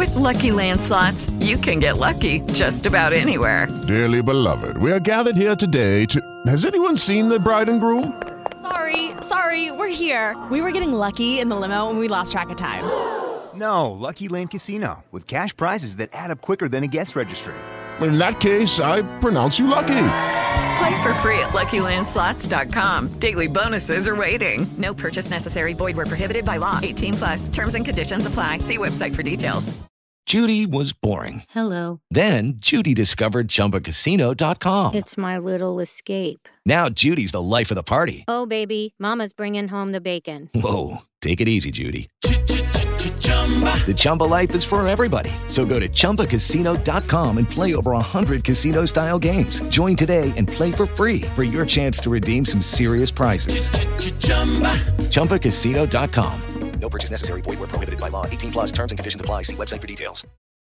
With Lucky Land Slots, you can get lucky just about anywhere. Dearly beloved, we are gathered here today to... Has anyone seen the bride and groom? Sorry, we're here. We were getting lucky in the limo and we lost track of time. No, Lucky Land Casino, with cash prizes that add up quicker than a guest registry. In that case, I pronounce you lucky. Play for free at LuckyLandSlots.com. Daily bonuses are waiting. No purchase necessary. Void where prohibited by law. 18+. Terms and conditions apply. See website for details. Judy was boring. Hello. Then Judy discovered ChumbaCasino.com. It's my little escape. Now Judy's the life of the party. Oh, baby, mama's bringing home the bacon. Whoa, take it easy, Judy. The Chumba life is for everybody. So go to ChumbaCasino.com and play over 100 casino-style games. Join today and play for free for your chance to redeem some serious prizes. ChumbaCasino.com. No purchase necessary. Void where prohibited by law. 18+. Terms and conditions apply. See website for details.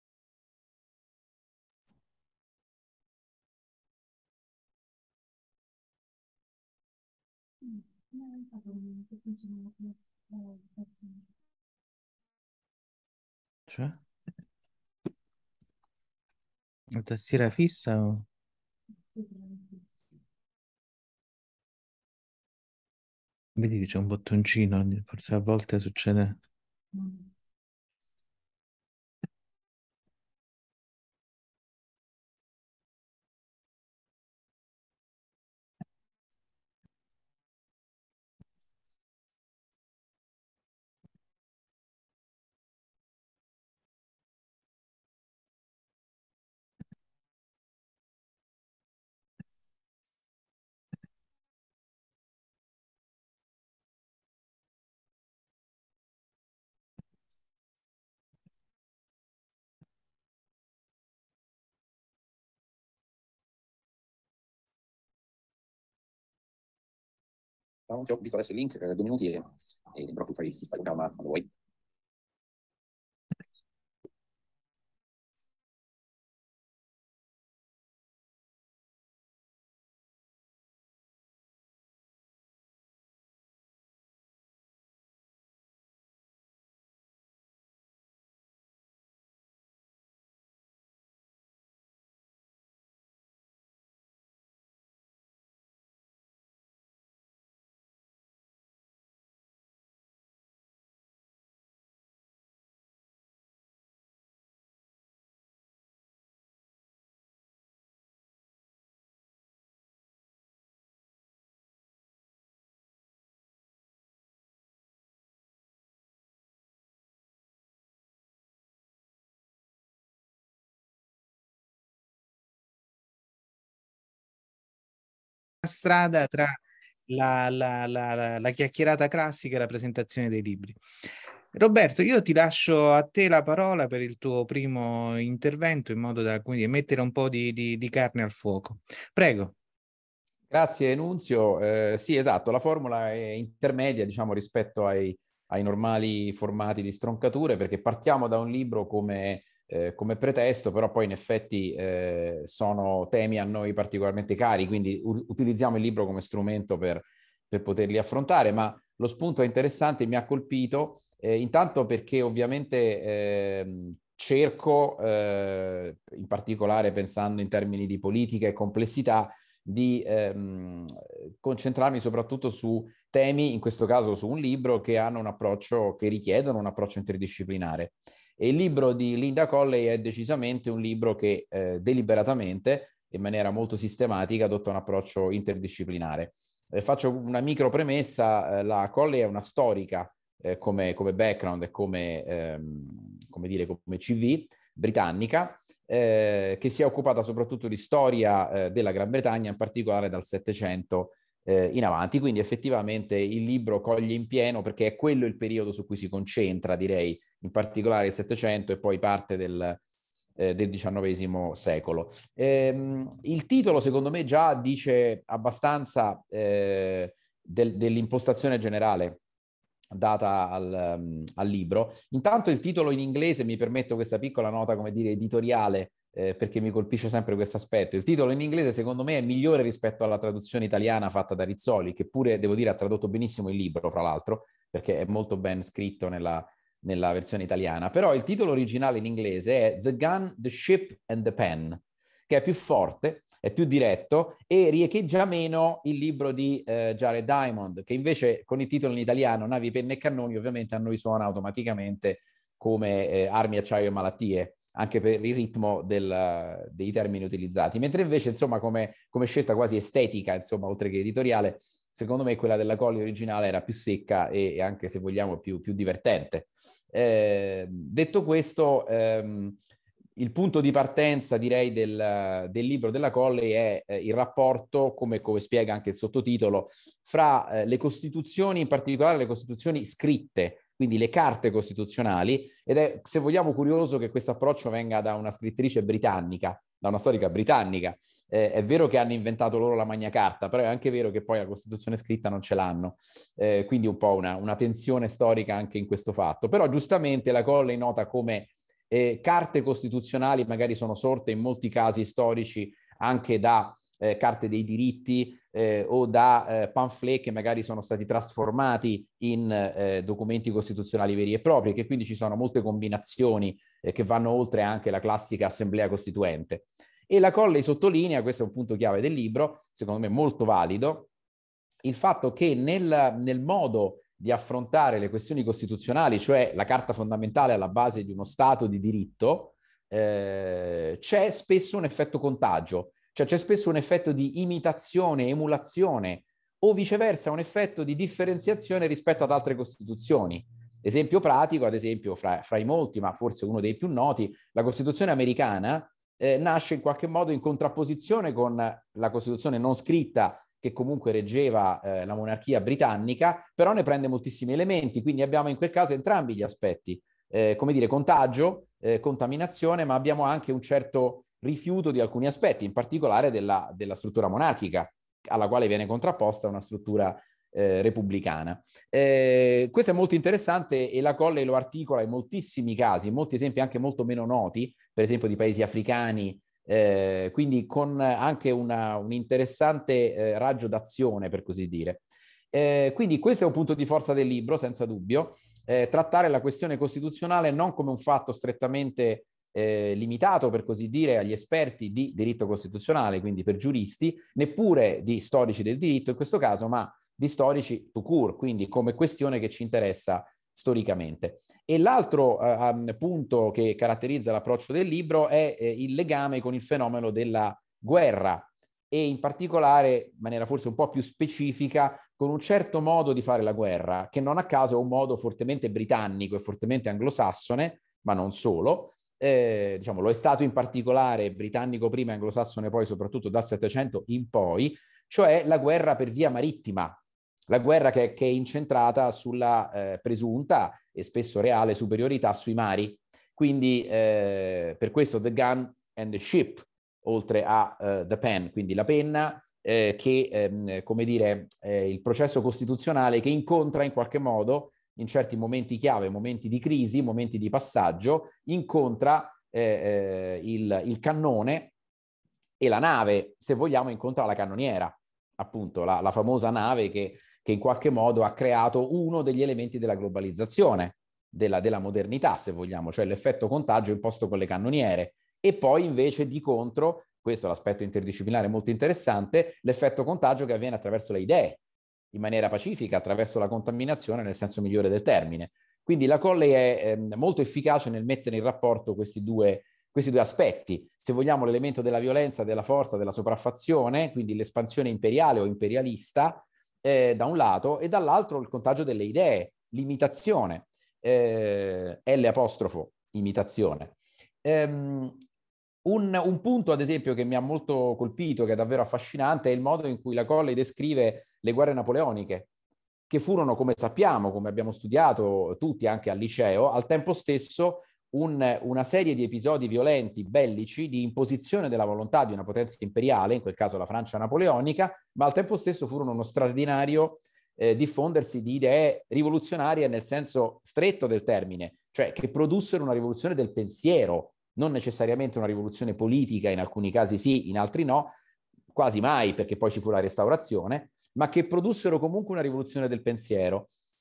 Cioè? La tastiera fissa o... Vedi che c'è un bottoncino, forse a volte succede... Ti ho visto adesso il link, 2 minuti però tu fai con calma quando vuoi. strada tra la chiacchierata classica e la presentazione dei libri. Roberto, io ti lascio a te la parola per il tuo primo intervento in modo da quindi, mettere un po' di carne al fuoco. Prego. Grazie Nunzio. Sì, esatto, la formula è intermedia, diciamo, rispetto ai normali formati di stroncature, perché partiamo da un libro come pretesto, però poi in effetti sono temi a noi particolarmente cari, quindi utilizziamo il libro come strumento per poterli affrontare, ma lo spunto è interessante, mi ha colpito, intanto perché ovviamente cerco, in particolare pensando in termini di politica e complessità, di concentrarmi soprattutto su temi, in questo caso su un libro, che hanno un approccio, che richiedono un approccio interdisciplinare. E il libro di Linda Colley è decisamente un libro che deliberatamente, in maniera molto sistematica, adotta un approccio interdisciplinare. Faccio una micro premessa, la Colley è una storica come background e come CV britannica, che si è occupata soprattutto di storia della Gran Bretagna, in particolare dal Settecento in avanti. Quindi effettivamente il libro coglie in pieno, perché è quello il periodo su cui si concentra, direi, in particolare il Settecento e poi parte del XIX secolo. Il titolo, secondo me, già dice abbastanza dell'impostazione generale data al libro. Intanto il titolo in inglese, mi permetto questa piccola nota, come dire, editoriale, perché mi colpisce sempre questo aspetto. Il titolo in inglese, secondo me, è migliore rispetto alla traduzione italiana fatta da Rizzoli, che pure, devo dire, ha tradotto benissimo il libro, fra l'altro, perché è molto ben scritto nella nella versione italiana, però il titolo originale in inglese è The Gun, the Ship and the Pen, che è più forte, è più diretto e riecheggia meno il libro di Jared Diamond, che invece con il titolo in italiano Navi, penne e cannoni ovviamente a noi suona automaticamente come armi, acciaio e malattie, anche per il ritmo dei termini utilizzati, mentre invece insomma come scelta quasi estetica, insomma, oltre che editoriale, secondo me quella della Colley originale era più secca e anche, se vogliamo, più divertente. Detto questo, il punto di partenza, direi, del libro della Colley è il rapporto, come spiega anche il sottotitolo, fra le costituzioni, in particolare le costituzioni scritte, quindi le carte costituzionali, ed è, se vogliamo, curioso che questo approccio venga da una scrittrice britannica, da una storica britannica. È vero che hanno inventato loro la Magna Carta, però è anche vero che poi la Costituzione scritta non ce l'hanno, quindi un po' una tensione storica anche in questo fatto. Però giustamente la Colley nota come carte costituzionali magari sono sorte in molti casi storici anche da carte dei diritti o da pamphlet che magari sono stati trasformati in documenti costituzionali veri e propri, che quindi ci sono molte combinazioni che vanno oltre anche la classica assemblea costituente. E la Colley sottolinea, questo è un punto chiave del libro, secondo me molto valido, il fatto che nel modo di affrontare le questioni costituzionali, cioè la Carta fondamentale alla base di uno Stato di diritto, c'è spesso un effetto contagio. Cioè c'è spesso un effetto di imitazione, emulazione o viceversa un effetto di differenziazione rispetto ad altre costituzioni. Esempio pratico, ad esempio, fra i molti, ma forse uno dei più noti, la Costituzione americana nasce in qualche modo in contrapposizione con la Costituzione non scritta che comunque reggeva la monarchia britannica, però ne prende moltissimi elementi, quindi abbiamo in quel caso entrambi gli aspetti, come dire, contagio, contaminazione, ma abbiamo anche un certo rifiuto di alcuni aspetti, in particolare della struttura monarchica, alla quale viene contrapposta una struttura repubblicana. Questo è molto interessante e la Colley lo articola in moltissimi casi, in molti esempi anche molto meno noti, per esempio di paesi africani, quindi con anche un interessante raggio d'azione, per così dire. Quindi questo è un punto di forza del libro, senza dubbio, trattare la questione costituzionale non come un fatto strettamente limitato, per così dire, agli esperti di diritto costituzionale, quindi per giuristi, neppure di storici del diritto in questo caso, ma di storici tout court, quindi come questione che ci interessa storicamente. E l'altro punto che caratterizza l'approccio del libro è il legame con il fenomeno della guerra e in particolare, in maniera forse un po' più specifica, con un certo modo di fare la guerra, che non a caso è un modo fortemente britannico e fortemente anglosassone, ma non solo. Diciamo, lo è stato in particolare britannico prima e anglosassone poi, soprattutto dal Settecento in poi, cioè la guerra per via marittima, la guerra che è incentrata sulla presunta e spesso reale superiorità sui mari. Quindi per questo The Gun and the Ship, oltre a The Pen, quindi la penna, che come dire, il processo costituzionale che incontra in qualche modo in certi momenti chiave, momenti di crisi, momenti di passaggio, incontra il cannone e la nave, se vogliamo, incontra la cannoniera, appunto la famosa nave che in qualche modo ha creato uno degli elementi della globalizzazione, della modernità, se vogliamo, cioè l'effetto contagio imposto con le cannoniere. E poi invece di contro, questo è l'aspetto interdisciplinare molto interessante, l'effetto contagio che avviene attraverso le idee, in maniera pacifica, attraverso la contaminazione nel senso migliore del termine. Quindi la Colley è molto efficace nel mettere in rapporto questi due aspetti. Se vogliamo, l'elemento della violenza, della forza, della sopraffazione, quindi l'espansione imperiale o imperialista, da un lato, e dall'altro il contagio delle idee, l'imitazione, imitazione. Un punto, ad esempio, che mi ha molto colpito, che è davvero affascinante, è il modo in cui la Colley descrive le guerre napoleoniche, che furono, come sappiamo, come abbiamo studiato tutti anche al liceo, al tempo stesso una serie di episodi violenti, bellici, di imposizione della volontà di una potenza imperiale, in quel caso la Francia napoleonica, ma al tempo stesso furono uno straordinario diffondersi di idee rivoluzionarie nel senso stretto del termine, cioè che produssero una rivoluzione del pensiero, non necessariamente una rivoluzione politica, in alcuni casi sì, in altri no, quasi mai, perché poi ci fu la Restaurazione, ma che produssero comunque una rivoluzione del pensiero.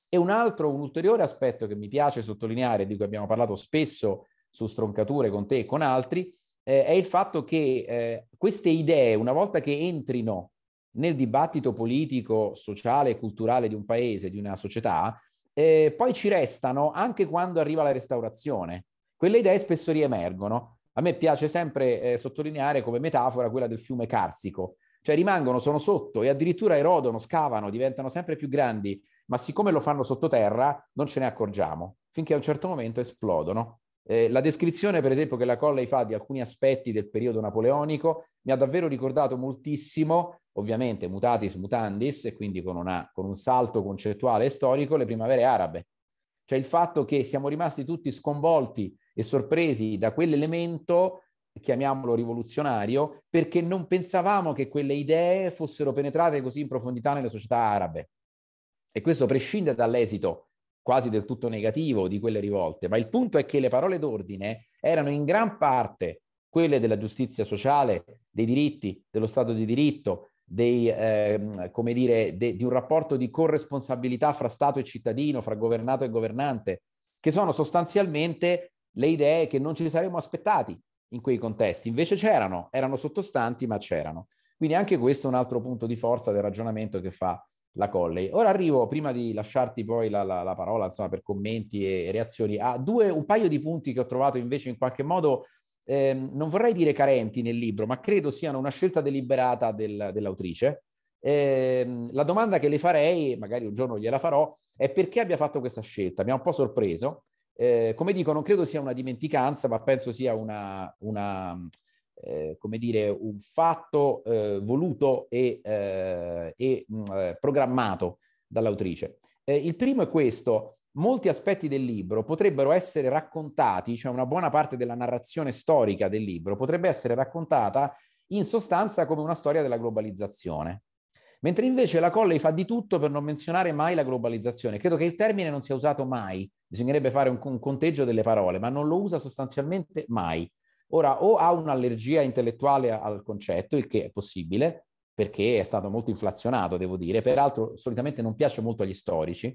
E un ulteriore aspetto che mi piace sottolineare, di cui abbiamo parlato spesso su Stroncature con te e con altri, è il fatto che queste idee, una volta che entrino nel dibattito politico, sociale e culturale di un paese, di una società, poi ci restano anche quando arriva la restaurazione. Quelle idee spesso riemergono. A me piace sempre sottolineare come metafora quella del fiume Carsico, cioè rimangono, sono sotto e addirittura erodono, scavano, diventano sempre più grandi, ma siccome lo fanno sottoterra non ce ne accorgiamo, finché a un certo momento esplodono. La descrizione, per esempio, che la Colley fa di alcuni aspetti del periodo napoleonico mi ha davvero ricordato moltissimo, ovviamente mutatis mutandis, e quindi con un salto concettuale e storico, le primavere arabe. Cioè il fatto che siamo rimasti tutti sconvolti e sorpresi da quell'elemento, chiamiamolo rivoluzionario, perché non pensavamo che quelle idee fossero penetrate così in profondità nelle società arabe. E questo prescinde dall'esito quasi del tutto negativo di quelle rivolte, ma il punto è che le parole d'ordine erano in gran parte quelle della giustizia sociale, dei diritti, dello Stato di diritto, di un rapporto di corresponsabilità fra Stato e cittadino, fra governato e governante, che sono sostanzialmente le idee che non ci saremmo aspettati in quei contesti. Invece erano sottostanti, ma c'erano. Quindi anche questo è un altro punto di forza del ragionamento che fa la Colley. Ora arrivo, prima di lasciarti poi la parola, insomma, per commenti e reazioni, a un paio di punti che ho trovato invece in qualche modo, non vorrei dire carenti nel libro, ma credo siano una scelta deliberata dell'autrice. La domanda che le farei, magari un giorno gliela farò, è perché abbia fatto questa scelta. Mi ha un po' sorpreso. Come dico, non credo sia una dimenticanza, ma penso sia un fatto voluto e programmato dall'autrice. Il primo è questo: molti aspetti del libro potrebbero essere raccontati, cioè una buona parte della narrazione storica del libro potrebbe essere raccontata in sostanza come una storia della globalizzazione. Mentre invece la Colley fa di tutto per non menzionare mai la globalizzazione. Credo che il termine non sia usato mai, bisognerebbe fare un conteggio delle parole, ma non lo usa sostanzialmente mai. Ora, o ha un'allergia intellettuale al concetto, il che è possibile, perché è stato molto inflazionato, devo dire, peraltro solitamente non piace molto agli storici,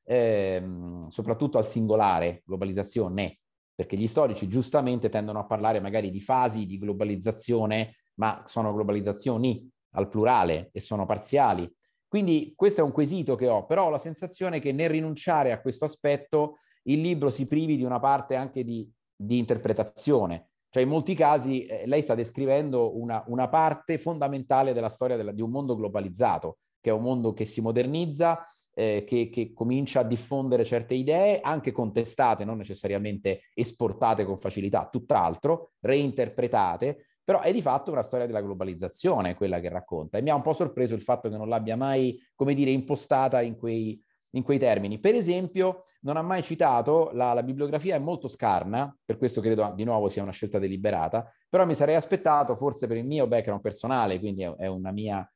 soprattutto al singolare, globalizzazione, perché gli storici giustamente tendono a parlare magari di fasi di globalizzazione, ma sono globalizzazioni al plurale e sono parziali. Quindi questo è un quesito che ho, però ho la sensazione che nel rinunciare a questo aspetto il libro si privi di una parte anche di interpretazione. Cioè in molti casi lei sta descrivendo una parte fondamentale della storia di un mondo globalizzato, che è un mondo che si modernizza, che comincia a diffondere certe idee, anche contestate, non necessariamente esportate con facilità, tutt'altro, reinterpretate, però è di fatto una storia della globalizzazione quella che racconta. E mi ha un po' sorpreso il fatto che non l'abbia mai, come dire, impostata in quei termini. Per esempio, non ha mai citato, la bibliografia è molto scarna, per questo credo di nuovo sia una scelta deliberata, però mi sarei aspettato, forse per il mio background personale, quindi è un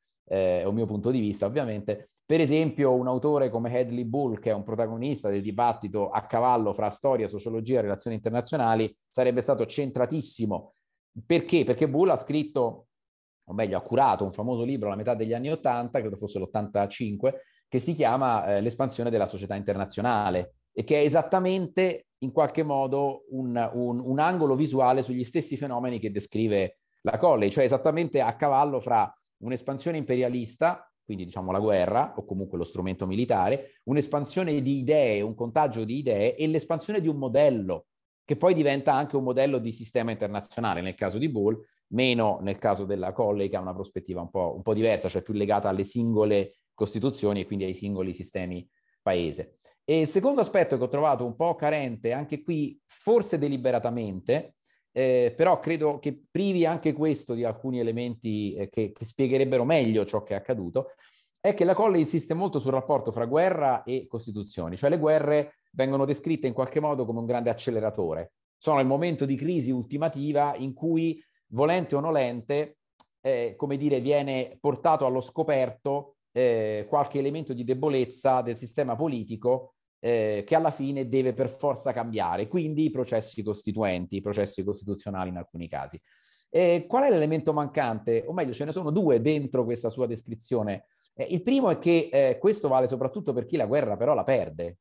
mio punto di vista ovviamente, per esempio un autore come Hadley Bull, che è un protagonista del dibattito a cavallo fra storia, sociologia e relazioni internazionali, sarebbe stato centratissimo. Perché? Perché Bull ha scritto, o meglio ha curato un famoso libro alla metà degli anni 80, credo fosse l'85, che si chiama L'espansione della società internazionale, e che è esattamente in qualche modo un angolo visuale sugli stessi fenomeni che descrive la Colley, cioè esattamente a cavallo fra un'espansione imperialista, quindi diciamo la guerra o comunque lo strumento militare, un'espansione di idee, un contagio di idee e l'espansione di un modello che poi diventa anche un modello di sistema internazionale nel caso di Bull, meno nel caso della Colley, che ha una prospettiva un po' diversa, cioè più legata alle singole costituzioni e quindi ai singoli sistemi paese. E il secondo aspetto che ho trovato un po' carente, anche qui forse deliberatamente, però credo che privi anche questo di alcuni elementi che spiegherebbero meglio ciò che è accaduto, è che la Colley insiste molto sul rapporto fra guerra e costituzioni, cioè le guerre vengono descritte in qualche modo come un grande acceleratore, sono il momento di crisi ultimativa in cui, volente o nolente, come dire, viene portato allo scoperto qualche elemento di debolezza del sistema politico che alla fine deve per forza cambiare, quindi i processi costituenti, i processi costituzionali in alcuni casi. Qual è l'elemento mancante? O meglio, ce ne sono due dentro questa sua descrizione Il primo è che questo vale soprattutto per chi la guerra però la perde.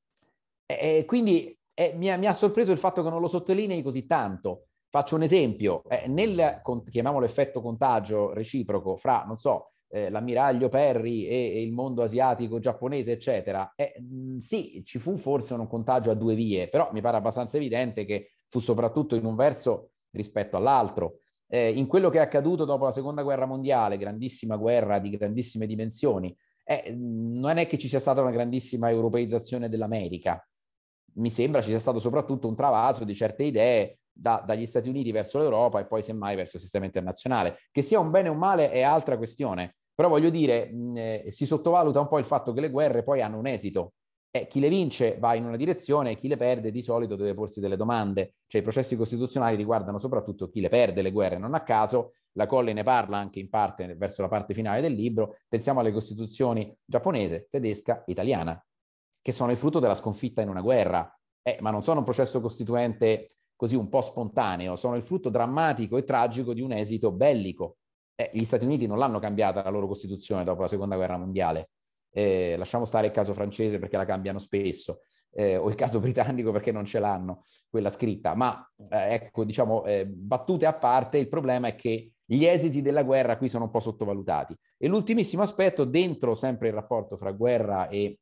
Quindi mi ha sorpreso il fatto che non lo sottolinei così tanto. Faccio un esempio, chiamiamolo effetto contagio reciproco fra, non so, l'ammiraglio Perry e il mondo asiatico, giapponese, eccetera. Sì, ci fu forse un contagio a due vie, però mi pare abbastanza evidente che fu soprattutto in un verso rispetto all'altro. In quello che è accaduto dopo la seconda guerra mondiale, grandissima guerra di grandissime dimensioni, non è che ci sia stata una grandissima europeizzazione dell'America. Mi sembra ci sia stato soprattutto un travaso di certe idee dagli Stati Uniti verso l'Europa e poi semmai verso il sistema internazionale. Che sia un bene o un male è altra questione, però voglio dire, si sottovaluta un po' il fatto che le guerre poi hanno un esito. Chi le vince va in una direzione e chi le perde di solito deve porsi delle domande. Cioè i processi costituzionali riguardano soprattutto chi le perde le guerre. Non a caso la Colle ne parla anche in parte verso la parte finale del libro. Pensiamo alle costituzioni giapponese, tedesca, italiana, che sono il frutto della sconfitta in una guerra, ma non sono un processo costituente così un po' spontaneo, sono il frutto drammatico e tragico di un esito bellico. Gli Stati Uniti non l'hanno cambiata la loro Costituzione dopo la Seconda Guerra Mondiale. Lasciamo stare il caso francese perché la cambiano spesso, o il caso britannico perché non ce l'hanno quella scritta, ma ecco, diciamo, battute a parte, il problema è che gli esiti della guerra qui sono un po' sottovalutati. E l'ultimissimo aspetto, dentro sempre il rapporto fra guerra e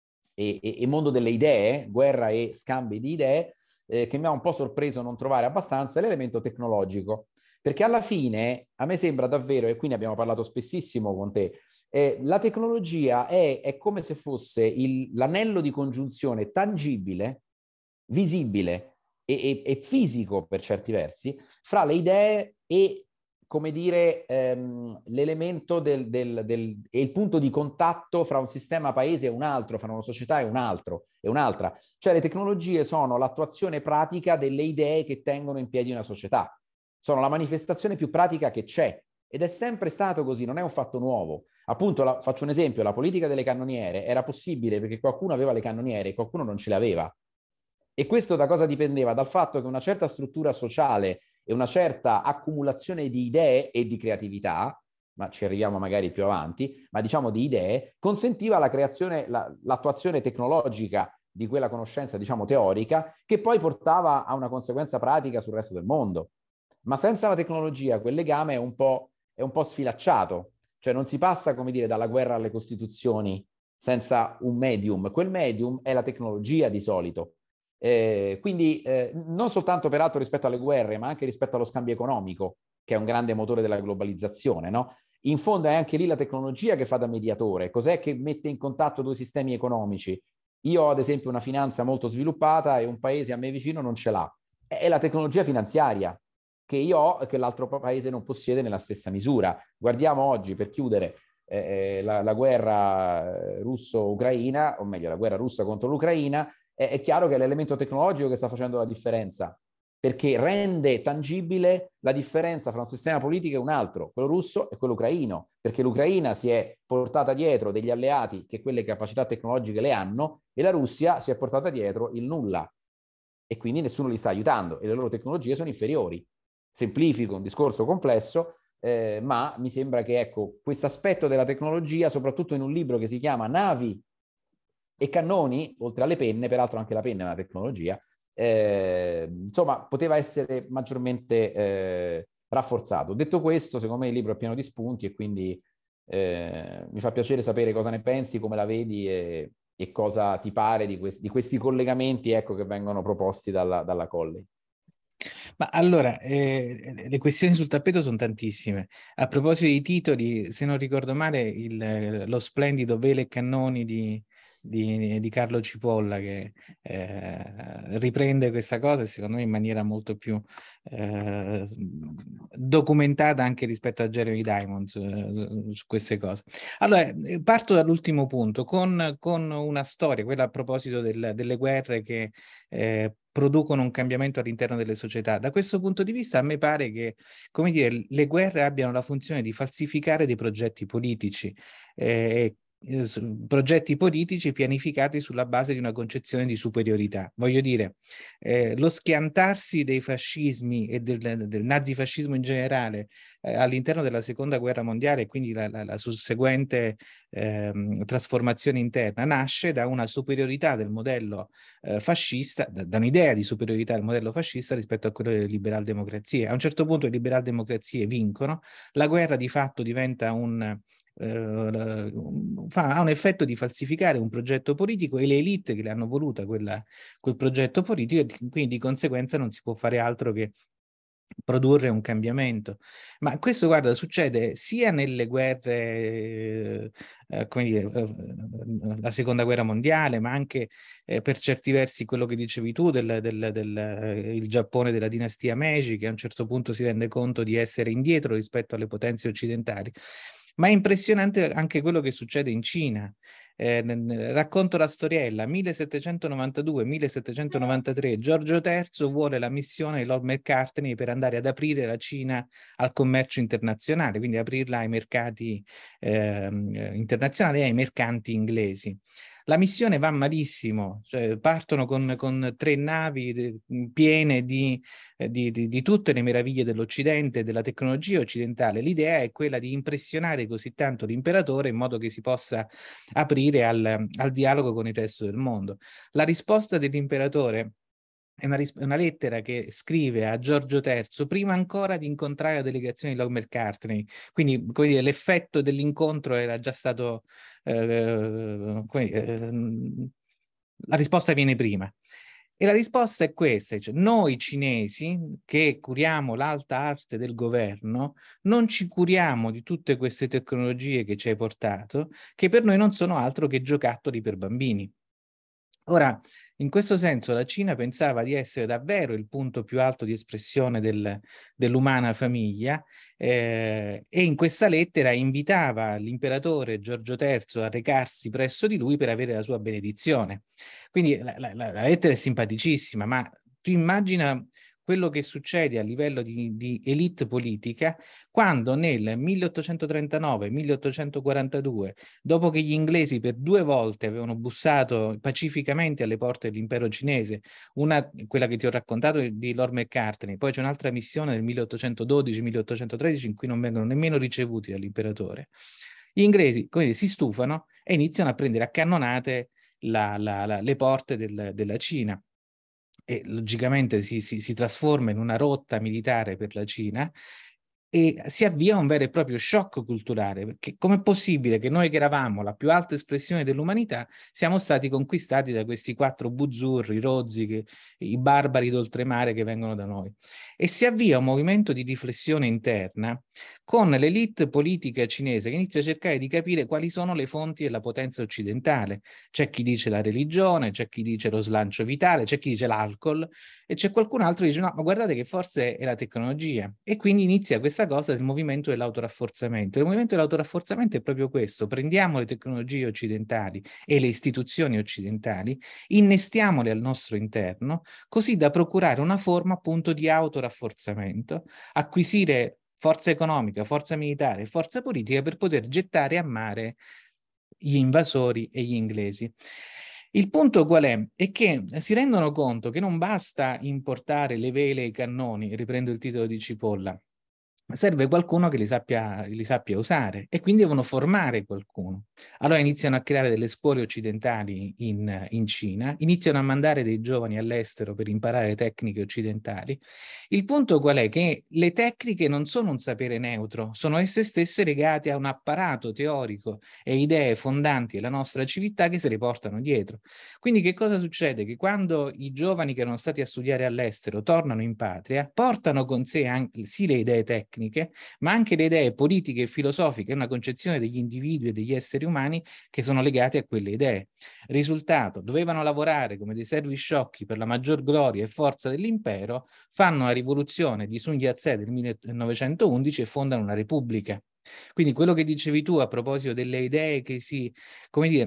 mondo delle idee, guerra e scambi di idee, che mi ha un po' sorpreso non trovare abbastanza, è l'elemento tecnologico. Perché alla fine a me sembra davvero, e qui ne abbiamo parlato spessissimo con te, la tecnologia è come se fosse l'anello di congiunzione tangibile, visibile e fisico per certi versi, fra le idee e, come dire, l'elemento e il punto di contatto fra un sistema paese e un altro, fra una società e un'altra. Cioè le tecnologie sono l'attuazione pratica delle idee che tengono in piedi una società. Sono la manifestazione più pratica che c'è ed è sempre stato così, non è un fatto nuovo. Appunto, faccio un esempio, la politica delle cannoniere era possibile perché qualcuno aveva le cannoniere e qualcuno non ce le aveva. E questo da cosa dipendeva? Dal fatto che una certa struttura sociale e una certa accumulazione di idee e di creatività, ma ci arriviamo magari più avanti, ma diciamo di idee, consentiva la creazione, l'attuazione tecnologica di quella conoscenza, diciamo, teorica, che poi portava a una conseguenza pratica sul resto del mondo. Ma senza la tecnologia quel legame è un po' sfilacciato, cioè non si passa, come dire, dalla guerra alle costituzioni senza un medium. Quel medium è la tecnologia di solito. Quindi non soltanto peraltro rispetto alle guerre, ma anche rispetto allo scambio economico, che è un grande motore della globalizzazione, no? In fondo è anche lì la tecnologia che fa da mediatore. Cos'è che mette in contatto due sistemi economici? Io ho ad esempio una finanza molto sviluppata e un paese a me vicino non ce l'ha. È la tecnologia finanziaria che io ho e che l'altro paese non possiede nella stessa misura. Guardiamo oggi, per chiudere, la guerra russo-ucraina, o meglio la guerra russa contro l'Ucraina. È chiaro che è l'elemento tecnologico che sta facendo la differenza, perché rende tangibile la differenza fra un sistema politico e un altro, quello russo e quello ucraino, perché l'Ucraina si è portata dietro degli alleati che quelle capacità tecnologiche le hanno e la Russia si è portata dietro il nulla e quindi nessuno li sta aiutando e le loro tecnologie sono inferiori. Semplifico un discorso complesso, ma mi sembra che, ecco, questo aspetto della tecnologia, soprattutto in un libro che si chiama Navi e cannoni, oltre alle penne, peraltro anche la penna è una tecnologia, insomma, poteva essere maggiormente rafforzato. Detto questo, secondo me il libro è pieno di spunti e quindi mi fa piacere sapere cosa ne pensi, come la vedi e cosa ti pare di questi collegamenti, ecco, che vengono proposti dalla Colle. Ma allora, le questioni sul tappeto sono tantissime. A proposito dei titoli, se non ricordo male, lo splendido Vele e Cannoni di Carlo Cipolla che riprende questa cosa e secondo me in maniera molto più documentata anche rispetto a Jeremy Diamonds su queste cose. Allora, parto dall'ultimo punto con una storia, quella a proposito delle guerre che producono un cambiamento all'interno delle società. Da questo punto di vista a me pare che, come dire, le guerre abbiano la funzione di falsificare dei progetti politici. progetti politici pianificati sulla base di una concezione di superiorità. Voglio dire, lo schiantarsi dei fascismi e del nazifascismo in generale all'interno della seconda guerra mondiale, e quindi la susseguente trasformazione interna, nasce da una superiorità del modello fascista, da un'idea di superiorità del modello fascista rispetto a quello delle liberal-democrazie. A un certo punto le liberal-democrazie vincono, la guerra di fatto diventa ha un effetto di falsificare un progetto politico e le elite che le hanno voluta quel progetto politico, e quindi di conseguenza non si può fare altro che produrre un cambiamento. Ma questo, guarda, succede sia nelle guerre, come dire, la seconda guerra mondiale, ma anche per certi versi quello che dicevi tu il Giappone della dinastia Meiji, che a un certo punto si rende conto di essere indietro rispetto alle potenze occidentali. Ma è impressionante anche quello che succede in Cina. Racconto la storiella, 1792-1793, Giorgio III vuole la missione di Lord McCartney per andare ad aprire la Cina al commercio internazionale, quindi aprirla ai mercati internazionali e ai mercanti inglesi. La missione va malissimo, cioè partono con 3 navi piene di tutte le meraviglie dell'Occidente, della tecnologia occidentale. L'idea è quella di impressionare così tanto l'imperatore in modo che si possa aprire al dialogo con il resto del mondo. La risposta dell'imperatore è una lettera che scrive a Giorgio III prima ancora di incontrare la delegazione di Lord McCartney. Quindi, come dire, l'effetto dell'incontro era già stato... la risposta viene prima. E la risposta è questa, cioè, noi cinesi che curiamo l'alta arte del governo non ci curiamo di tutte queste tecnologie che ci hai portato, che per noi non sono altro che giocattoli per bambini. Ora, in questo senso la Cina pensava di essere davvero il punto più alto di espressione dell'umana famiglia, e in questa lettera invitava l'imperatore Giorgio III a recarsi presso di lui per avere la sua benedizione. Quindi la lettera è simpaticissima, ma tu immagina quello che succede a livello di elite politica quando nel 1839-1842, dopo che gli inglesi per 2 volte avevano bussato pacificamente alle porte dell'impero cinese, quella che ti ho raccontato di Lord McCartney, poi c'è un'altra missione nel 1812-1813 in cui non vengono nemmeno ricevuti dall'imperatore, gli inglesi si stufano e iniziano a prendere a cannonate le porte della Cina. E logicamente si trasforma in una rotta militare per la Cina e si avvia un vero e proprio shock culturale, perché com'è possibile che noi che eravamo la più alta espressione dell'umanità siamo stati conquistati da questi 4 buzzurri, rozzi, i barbari d'oltremare che vengono da noi? E si avvia un movimento di riflessione interna con l'elite politica cinese che inizia a cercare di capire quali sono le fonti della potenza occidentale. C'è chi dice la religione, c'è chi dice lo slancio vitale, c'è chi dice l'alcol e c'è qualcun altro che dice no, ma guardate che forse è la tecnologia. E quindi inizia questa cosa del movimento dell'autorafforzamento. Il movimento dell'autorafforzamento è proprio questo: prendiamo le tecnologie occidentali e le istituzioni occidentali, innestiamole al nostro interno, così da procurare una forma appunto di autorafforzamento, acquisire forza economica, forza militare, forza politica per poter gettare a mare gli invasori e gli inglesi. Il punto qual è? È che si rendono conto che non basta importare le vele e i cannoni, riprendo il titolo di Cipolla, serve qualcuno che li sappia usare e quindi devono formare qualcuno. Allora iniziano a creare delle scuole occidentali in Cina, iniziano a mandare dei giovani all'estero per imparare tecniche occidentali. Il punto qual è? Che le tecniche non sono un sapere neutro, sono esse stesse legate a un apparato teorico e idee fondanti della nostra civiltà che se le portano dietro. Quindi che cosa succede? Che quando i giovani che erano stati a studiare all'estero tornano in patria, portano con sé anche sì le idee tecniche, ma anche le idee politiche e filosofiche, una concezione degli individui e degli esseri umani che sono legati a quelle idee. Risultato, dovevano lavorare come dei servi sciocchi per la maggior gloria e forza dell'impero, fanno la rivoluzione di Sun Yat-sen del 1911 e fondano una repubblica. Quindi quello che dicevi tu a proposito delle idee che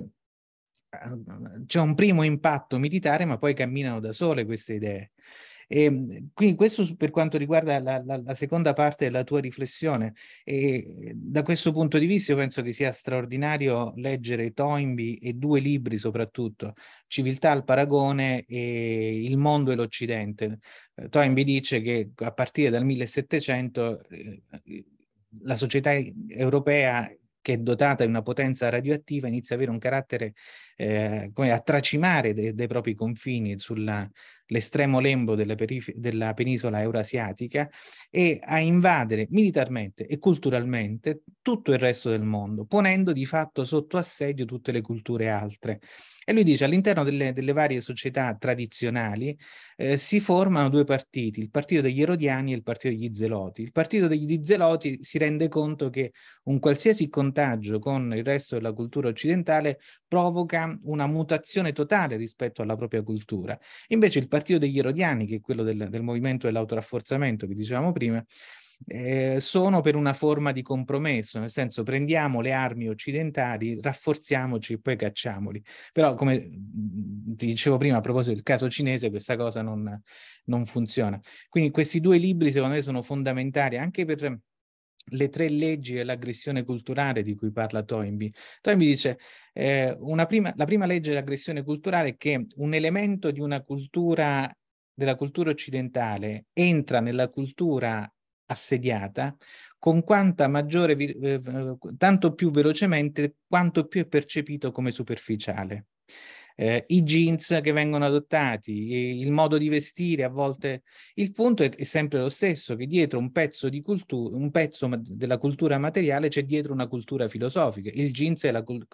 c'è un primo impatto militare, ma poi camminano da sole queste idee. E quindi questo per quanto riguarda la seconda parte della tua riflessione. E da questo punto di vista io penso che sia straordinario leggere Toynbee e due libri soprattutto, Civiltà al paragone e Il mondo e l'Occidente. Toynbee dice che a partire dal 1700 la società europea, che è dotata di una potenza radioattiva, inizia ad avere un carattere a tracimare dei propri confini sull'estremo lembo della penisola eurasiatica e a invadere militarmente e culturalmente tutto il resto del mondo, ponendo di fatto sotto assedio tutte le culture altre. E lui dice all'interno delle varie società tradizionali si formano due partiti, il partito degli Erodiani e il partito degli Zeloti. Il partito degli Zeloti si rende conto che un qualsiasi contagio con il resto della cultura occidentale provoca una mutazione totale rispetto alla propria cultura. Invece il partito degli Erodiani, che è quello del movimento dell'autorafforzamento che dicevamo prima, sono per una forma di compromesso, nel senso prendiamo le armi occidentali, rafforziamoci e poi cacciamoli. Però come ti dicevo prima a proposito del caso cinese, questa cosa non funziona. Quindi questi due libri secondo me sono fondamentali anche per le tre leggi dell'aggressione culturale di cui parla Toynbee. Toynbee dice la prima legge dell'aggressione culturale è che un elemento di una cultura, della cultura occidentale, entra nella cultura assediata con quanta maggiore, tanto più velocemente quanto più è percepito come superficiale. I jeans che vengono adottati, il modo di vestire, a volte il punto è sempre lo stesso, che dietro un pezzo di cultura, un pezzo della cultura materiale, c'è dietro una cultura filosofica. Il jeans è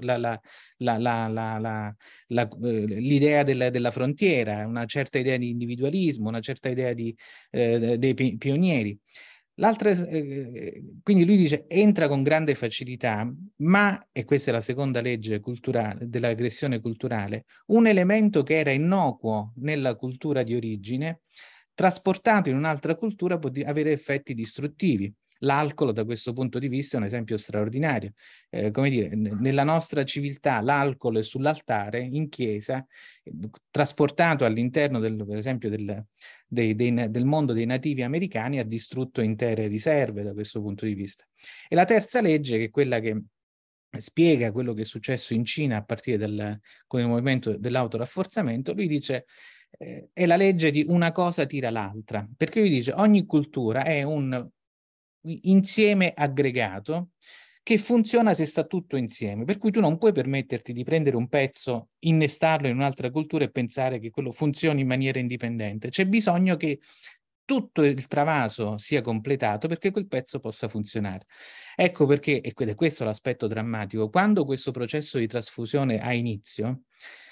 l'idea della frontiera, una certa idea di individualismo, una certa idea dei pionieri. Quindi lui dice entra con grande facilità, ma, e questa è la seconda legge culturale dell'aggressione culturale, un elemento che era innocuo nella cultura di origine, trasportato in un'altra cultura, può avere effetti distruttivi. L'alcol da questo punto di vista è un esempio straordinario. Come dire, nella nostra civiltà l'alcol è sull'altare, in chiesa, trasportato all'interno per esempio del mondo dei nativi americani, ha distrutto intere riserve da questo punto di vista. E la terza legge, che è quella che spiega quello che è successo in Cina a partire con il movimento dell'autorafforzamento, lui dice è la legge di una cosa tira l'altra, perché lui dice ogni cultura è un insieme aggregato che funziona se sta tutto insieme, per cui tu non puoi permetterti di prendere un pezzo, innestarlo in un'altra cultura e pensare che quello funzioni in maniera indipendente. C'è bisogno che tutto il travaso sia completato perché quel pezzo possa funzionare. Ecco perché, ed è questo l'aspetto drammatico, quando questo processo di trasfusione ha inizio,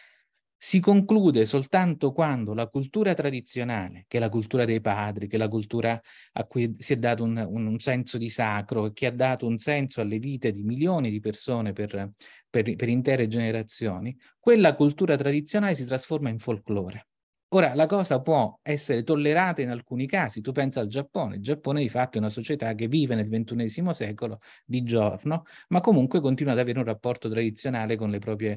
si conclude soltanto quando la cultura tradizionale, che è la cultura dei padri, che è la cultura a cui si è dato un senso di sacro, che ha dato un senso alle vite di milioni di persone per intere generazioni, quella cultura tradizionale si trasforma in folklore. Ora, la cosa può essere tollerata in alcuni casi. Tu pensa al Giappone. Il Giappone di fatto è una società che vive nel XXI secolo di giorno, ma comunque continua ad avere un rapporto tradizionale con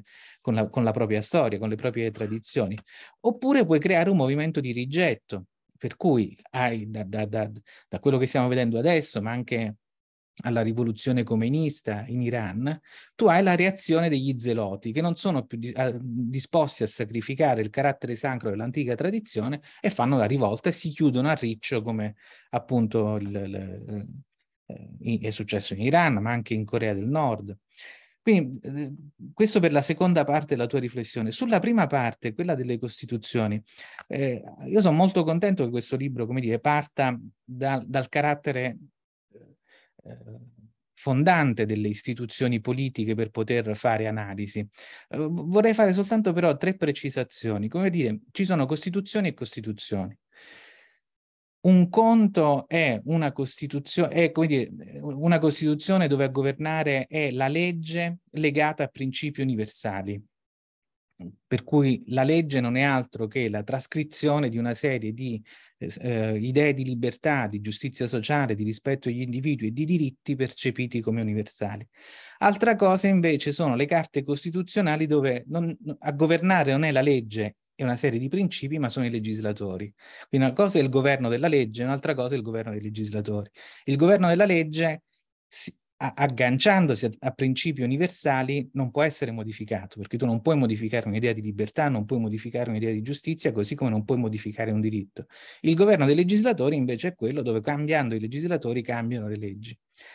la propria storia, con le proprie tradizioni. Oppure puoi creare un movimento di rigetto, per cui hai da quello che stiamo vedendo adesso, ma anche alla rivoluzione comunista in Iran, tu hai la reazione degli zeloti che non sono più disposti a sacrificare il carattere sacro dell'antica tradizione e fanno la rivolta e si chiudono a riccio, come appunto è successo in Iran, ma anche in Corea del Nord. Quindi questo per la seconda parte della tua riflessione. Sulla prima parte, quella delle Costituzioni, io sono molto contento che questo libro, come dire, parta dal carattere fondante delle istituzioni politiche per poter fare analisi. Vorrei fare soltanto però 3 precisazioni. Come dire, ci sono Costituzioni e Costituzioni. Un conto è una Costituzione, come dire, una Costituzione dove a governare è la legge legata a principi universali, per cui la legge non è altro che la trascrizione di una serie di idee di libertà, di giustizia sociale, di rispetto agli individui e di diritti percepiti come universali. Altra cosa invece sono le carte costituzionali dove a governare non è la legge è una serie di principi, ma sono i legislatori. Quindi una cosa è il governo della legge, un'altra cosa è il governo dei legislatori. Il governo della legge, agganciandosi a principi universali, non può essere modificato, perché tu non puoi modificare un'idea di libertà, non puoi modificare un'idea di giustizia, così come non puoi modificare un diritto. Il governo dei legislatori invece è quello dove, cambiando i legislatori, cambiano le leggi.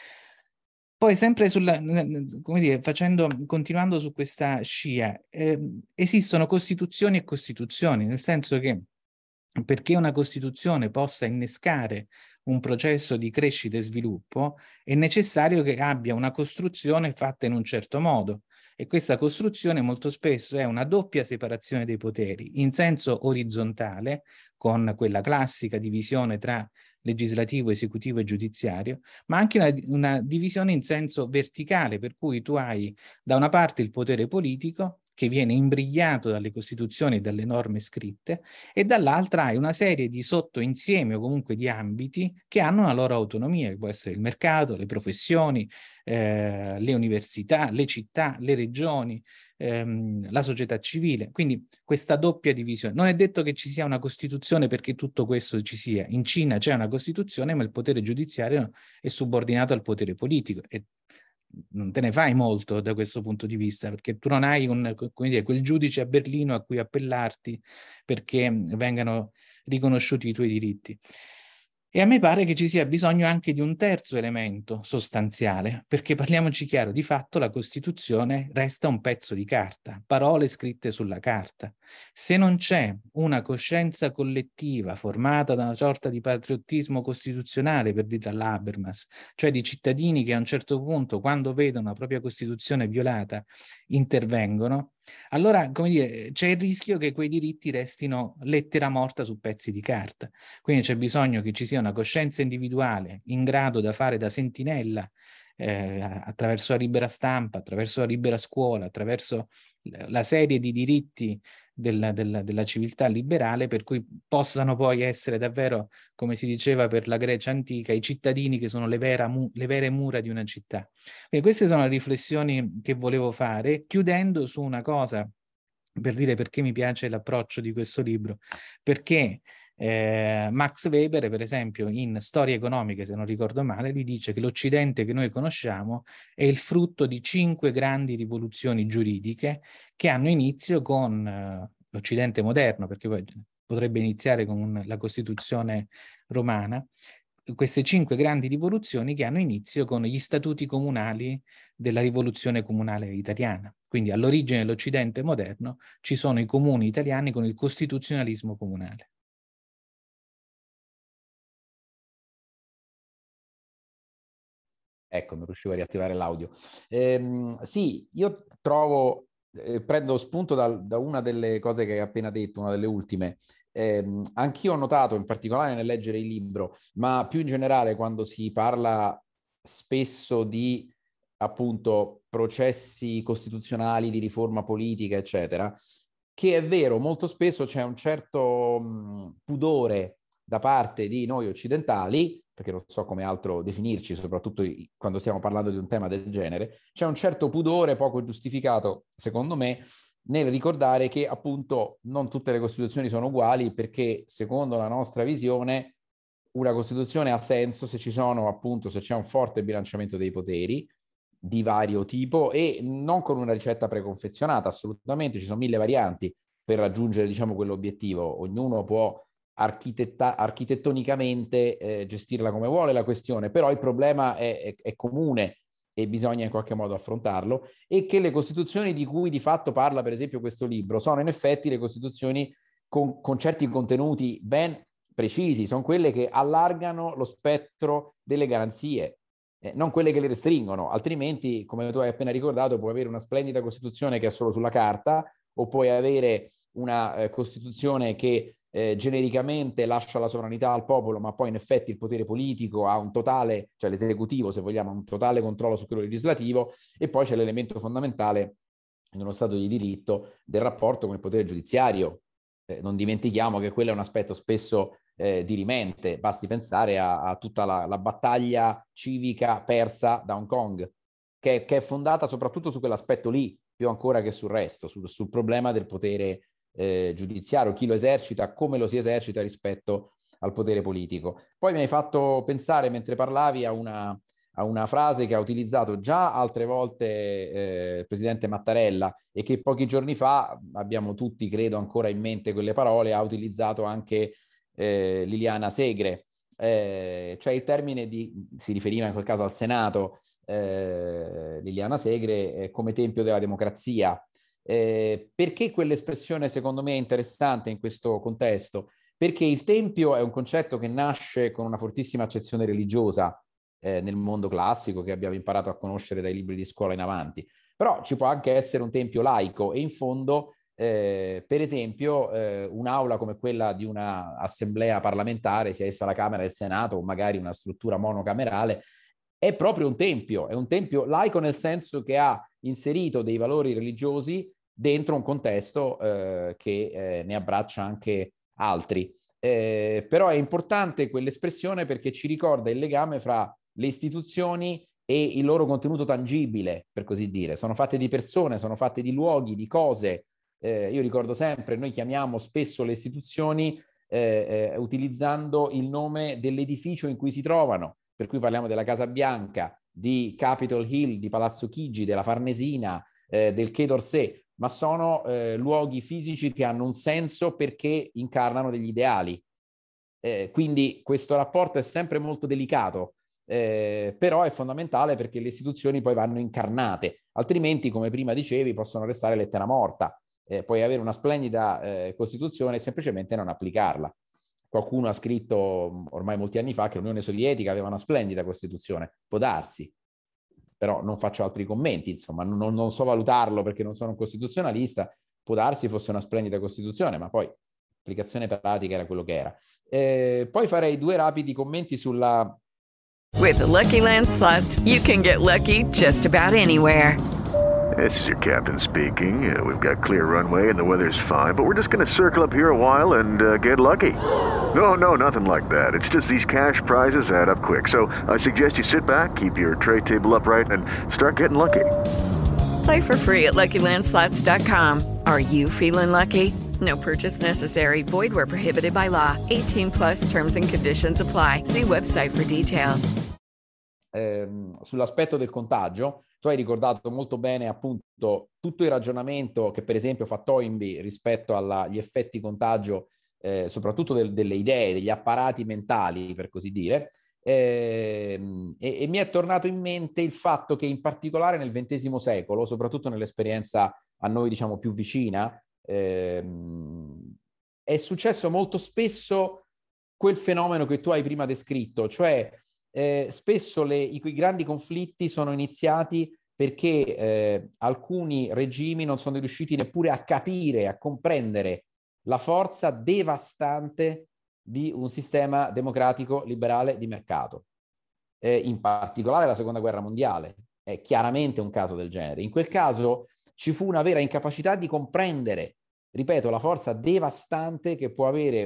Poi sempre come dire, continuando su questa scia, esistono costituzioni e costituzioni, nel senso che perché una Costituzione possa innescare un processo di crescita e sviluppo, è necessario che abbia una costruzione fatta in un certo modo. E questa costruzione molto spesso è una doppia separazione dei poteri, in senso orizzontale, con quella classica divisione tra legislativo, esecutivo e giudiziario, ma anche una divisione in senso verticale, per cui tu hai da una parte il potere politico, che viene imbrigliato dalle costituzioni e dalle norme scritte, e dall'altra hai una serie di sottoinsiemi o comunque di ambiti che hanno una loro autonomia, che può essere il mercato, le professioni, le università, le città, le regioni, la società civile. Quindi questa doppia divisione. Non è detto che ci sia una Costituzione perché tutto questo ci sia. In Cina c'è una Costituzione, ma il potere giudiziario è subordinato al potere politico. E non te ne fai molto da questo punto di vista, perché tu non hai come dire, quel giudice a Berlino a cui appellarti perché vengano riconosciuti i tuoi diritti. E a me pare che ci sia bisogno anche di un terzo elemento sostanziale, perché parliamoci chiaro, di fatto la Costituzione resta un pezzo di carta, parole scritte sulla carta. Se non c'è una coscienza collettiva formata da una sorta di patriottismo costituzionale, per dirla all'Habermas, cioè di cittadini che a un certo punto, quando vedono la propria Costituzione violata, intervengono, allora, come dire, c'è il rischio che quei diritti restino lettera morta su pezzi di carta. Quindi c'è bisogno che ci sia una coscienza individuale in grado da fare da sentinella attraverso la libera stampa, attraverso la libera scuola, attraverso la serie di diritti della civiltà liberale, per cui possano poi essere davvero, come si diceva per la Grecia antica, i cittadini che sono le vere mura di una città. Quindi queste sono le riflessioni che volevo fare, chiudendo su una cosa, per dire perché mi piace l'approccio di questo libro, perché Max Weber, per esempio, in Storie economiche, se non ricordo male, lui dice che l'Occidente che noi conosciamo è il frutto di 5 grandi rivoluzioni giuridiche che hanno inizio con l'Occidente moderno, perché poi potrebbe iniziare con la Costituzione romana, queste 5 grandi rivoluzioni che hanno inizio con gli statuti comunali della rivoluzione comunale italiana. Quindi all'origine dell'Occidente moderno ci sono i comuni italiani con il costituzionalismo comunale. Ecco, non riuscivo a riattivare l'audio. Sì, io trovo, prendo spunto da una delle cose che hai appena detto, una delle ultime. Anch'io ho notato, in particolare nel leggere il libro, ma più in generale quando si parla spesso di appunto processi costituzionali, di riforma politica, eccetera, che è vero, molto spesso c'è un certo pudore da parte di noi occidentali, perché non so come altro definirci, soprattutto quando stiamo parlando di un tema del genere, c'è un certo pudore poco giustificato, secondo me, nel ricordare che appunto non tutte le Costituzioni sono uguali, perché secondo la nostra visione una Costituzione ha senso se ci sono appunto, se c'è un forte bilanciamento dei poteri di vario tipo e non con una ricetta preconfezionata, assolutamente, ci sono 1000 varianti per raggiungere, diciamo, quell'obiettivo, ognuno può architettonicamente gestirla come vuole la questione, però il problema è comune e bisogna in qualche modo affrontarlo, e che le Costituzioni di cui di fatto parla per esempio questo libro sono in effetti le Costituzioni con certi contenuti ben precisi, sono quelle che allargano lo spettro delle garanzie, non quelle che le restringono, altrimenti, come tu hai appena ricordato, puoi avere una splendida Costituzione che è solo sulla carta, o puoi avere una Costituzione che genericamente lascia la sovranità al popolo, ma poi in effetti il potere politico ha un totale, cioè l'esecutivo se vogliamo, ha un totale controllo su quello legislativo, e poi c'è l'elemento fondamentale in uno Stato di diritto del rapporto con il potere giudiziario. Non dimentichiamo che quello è un aspetto spesso dirimente, basti pensare a tutta la battaglia civica persa da Hong Kong, che è fondata soprattutto su quell'aspetto lì, più ancora che sul resto, sul problema del potere giudiziario, chi lo esercita, come lo si esercita rispetto al potere politico. Poi mi hai fatto pensare, mentre parlavi, a una frase che ha utilizzato già altre volte il presidente Mattarella e che pochi giorni fa abbiamo tutti, credo, ancora in mente quelle parole, ha utilizzato anche Liliana Segre. Cioè il termine si riferiva in quel caso al Senato, Liliana Segre, come tempio della democrazia. Perché quell'espressione secondo me è interessante in questo contesto? Perché il tempio è un concetto che nasce con una fortissima accezione religiosa nel mondo classico, che abbiamo imparato a conoscere dai libri di scuola in avanti, però ci può anche essere un tempio laico e in fondo per esempio un'aula come quella di una assemblea parlamentare, sia essa la Camera e il Senato o magari una struttura monocamerale, è proprio un tempio, è un tempio laico nel senso che ha inserito dei valori religiosi dentro un contesto che ne abbraccia anche altri. Però è importante quell'espressione perché ci ricorda il legame fra le istituzioni e il loro contenuto tangibile, per così dire. Sono fatte di persone, sono fatte di luoghi, di cose. Io ricordo sempre, noi chiamiamo spesso le istituzioni utilizzando il nome dell'edificio in cui si trovano, per cui parliamo della Casa Bianca, di Capitol Hill, di Palazzo Chigi, della Farnesina, del Quai d'Orsay, ma sono luoghi fisici che hanno un senso perché incarnano degli ideali. Quindi questo rapporto è sempre molto delicato, però è fondamentale perché le istituzioni poi vanno incarnate, altrimenti, come prima dicevi, possono restare lettera morta. Puoi avere una splendida Costituzione e semplicemente non applicarla. Qualcuno ha scritto ormai molti anni fa che l'Unione Sovietica aveva una splendida Costituzione, può darsi, però non faccio altri commenti, insomma, non so valutarlo perché non sono un costituzionalista, può darsi fosse una splendida Costituzione, ma poi l'applicazione pratica era quello che era. Poi farei 2 rapidi commenti sulla... With the Lucky Land Slots, you can get lucky just about anywhere. This is your captain speaking. We've got clear runway and the weather's fine, but we're just going to circle up here a while and get lucky. No, nothing like that. It's just these cash prizes add up quick. So I suggest you sit back, keep your tray table upright, and start getting lucky. Play for free at LuckyLandSlots.com. Are you feeling lucky? No purchase necessary. Void where prohibited by law. 18+ terms and conditions apply. See website for details. Sull'aspetto del contagio, tu hai ricordato molto bene appunto tutto il ragionamento che per esempio fa Toynbee rispetto agli effetti contagio, soprattutto delle idee, degli apparati mentali, per così dire, e mi è tornato in mente il fatto che in particolare nel XX secolo, soprattutto nell'esperienza a noi diciamo più vicina, è successo molto spesso quel fenomeno che tu hai prima descritto, cioè spesso i grandi conflitti sono iniziati perché alcuni regimi non sono riusciti neppure a capire, a comprendere la forza devastante di un sistema democratico liberale di mercato. In particolare la Seconda Guerra Mondiale è chiaramente un caso del genere. In quel caso ci fu una vera incapacità di comprendere, ripeto, la forza devastante che può avere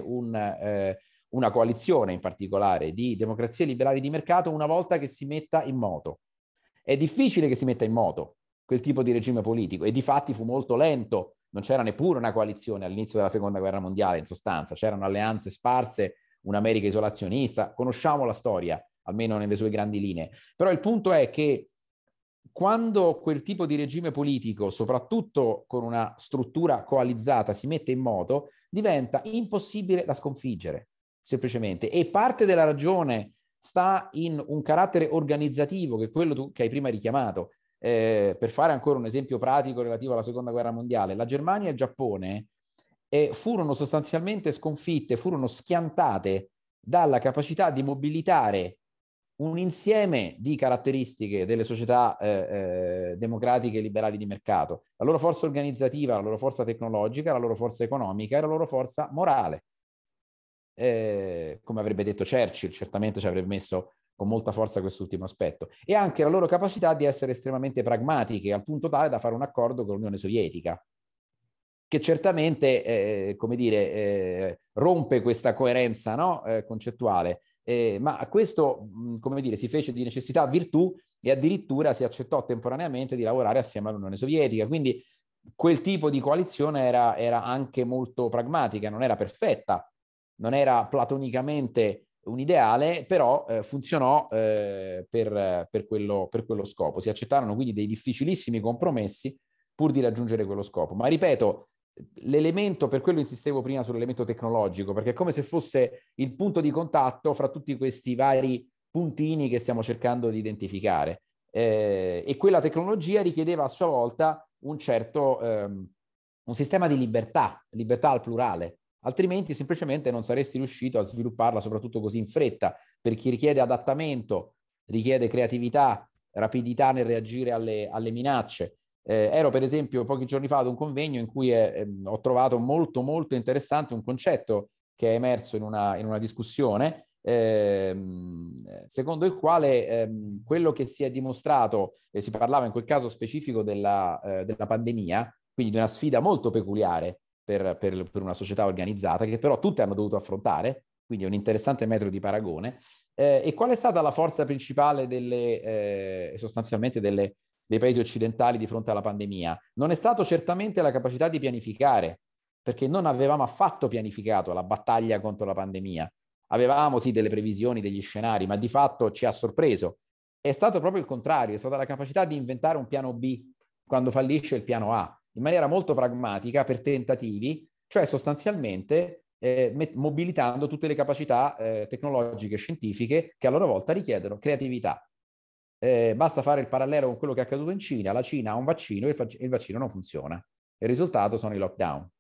una coalizione in particolare di democrazie liberali di mercato una volta che si metta in moto. È difficile che si metta in moto quel tipo di regime politico e difatti fu molto lento, non c'era neppure una coalizione all'inizio della Seconda Guerra Mondiale, in sostanza c'erano alleanze sparse, un'America isolazionista, conosciamo la storia, almeno nelle sue grandi linee. Però il punto è che quando quel tipo di regime politico, soprattutto con una struttura coalizzata, si mette in moto, diventa impossibile da sconfiggere. Semplicemente, e parte della ragione sta in un carattere organizzativo che è quello che hai prima richiamato. Per fare ancora un esempio pratico relativo alla Seconda Guerra Mondiale, la Germania e il Giappone furono sostanzialmente sconfitte, furono schiantate dalla capacità di mobilitare un insieme di caratteristiche delle società democratiche e liberali di mercato, la loro forza organizzativa, la loro forza tecnologica, la loro forza economica e la loro forza morale. Come avrebbe detto Churchill, certamente ci avrebbe messo con molta forza quest'ultimo aspetto, e anche la loro capacità di essere estremamente pragmatiche, al punto tale da fare un accordo con l'Unione Sovietica, che certamente, come dire, rompe questa coerenza, no? Concettuale, ma questo, come dire, si fece di necessità virtù e addirittura si accettò temporaneamente di lavorare assieme all'Unione Sovietica. Quindi quel tipo di coalizione era anche molto pragmatica, non era perfetta, non era platonicamente un ideale, però funzionò per quello scopo. Si accettarono quindi dei difficilissimi compromessi pur di raggiungere quello scopo. Ma ripeto, l'elemento, per quello insistevo prima sull'elemento tecnologico, perché è come se fosse il punto di contatto fra tutti questi vari puntini che stiamo cercando di identificare. E quella tecnologia richiedeva a sua volta un sistema di libertà al plurale, altrimenti semplicemente non saresti riuscito a svilupparla, soprattutto così in fretta, perché richiede adattamento, richiede creatività, rapidità nel reagire alle minacce. Ero per esempio pochi giorni fa ad un convegno in cui ho trovato molto molto interessante un concetto che è emerso in una discussione, secondo il quale quello che si è dimostrato, si parlava in quel caso specifico della pandemia, quindi di una sfida molto peculiare per una società organizzata, che però tutte hanno dovuto affrontare, quindi è un interessante metro di paragone. E qual è stata la forza principale sostanzialmente dei paesi occidentali di fronte alla pandemia? Non è stato certamente la capacità di pianificare, perché non avevamo affatto pianificato la battaglia contro la pandemia. Avevamo sì delle previsioni, degli scenari, ma di fatto ci ha sorpreso. È stato proprio il contrario, è stata la capacità di inventare un piano B quando fallisce il piano A, in maniera molto pragmatica, per tentativi, cioè sostanzialmente mobilitando tutte le capacità tecnologiche e scientifiche che a loro volta richiedono creatività. Basta fare il parallelo con quello che è accaduto in Cina. La Cina ha un vaccino e il vaccino non funziona. Il risultato sono i lockdown.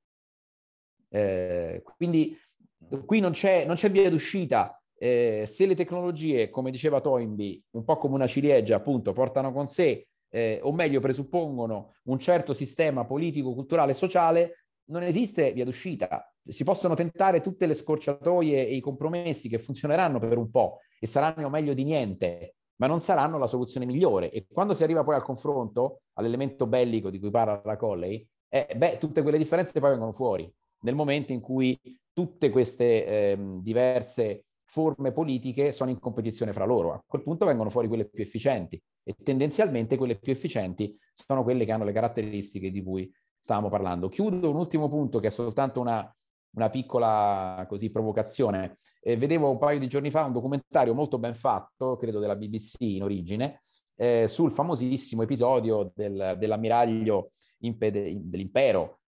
Quindi qui non c'è via d'uscita. Se le tecnologie, come diceva Toynbee, un po' come una ciliegia, appunto, portano con sé, o meglio presuppongono un certo sistema politico, culturale e sociale, non esiste via d'uscita. Si possono tentare tutte le scorciatoie e i compromessi che funzioneranno per un po' e saranno meglio di niente, ma non saranno la soluzione migliore. E quando si arriva poi al confronto, all'elemento bellico di cui parla la Colley, tutte quelle differenze poi vengono fuori, nel momento in cui tutte queste diverse forme politiche sono in competizione fra loro. A quel punto vengono fuori quelle più efficienti, e tendenzialmente quelle più efficienti sono quelle che hanno le caratteristiche di cui stavamo parlando. Chiudo un ultimo punto che è soltanto una piccola così provocazione. Vedevo un paio di giorni fa un documentario molto ben fatto, credo della BBC in origine, sul famosissimo episodio dell'ammiraglio dell'impero,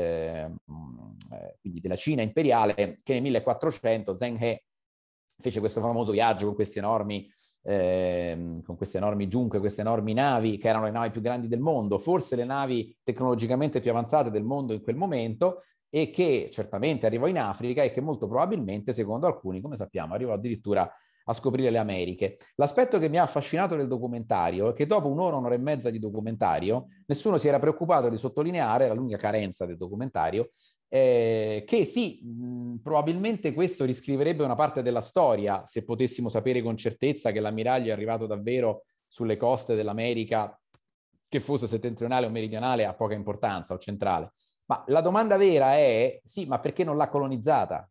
quindi della Cina imperiale, che nel 1400 Zheng He fece questo famoso viaggio con queste enormi giunche, queste enormi navi, che erano le navi più grandi del mondo, forse le navi tecnologicamente più avanzate del mondo in quel momento, e che certamente arrivò in Africa e che molto probabilmente, secondo alcuni, come sappiamo, arrivò addirittura a scoprire le Americhe. L'aspetto che mi ha affascinato del documentario è che dopo un'ora e mezza di documentario, nessuno si era preoccupato di sottolineare la lunga carenza del documentario, che sì, probabilmente questo riscriverebbe una parte della storia, se potessimo sapere con certezza che l'ammiraglio è arrivato davvero sulle coste dell'America, che fosse settentrionale o meridionale ha poca importanza, o centrale. Ma la domanda vera è, sì, ma perché non l'ha colonizzata?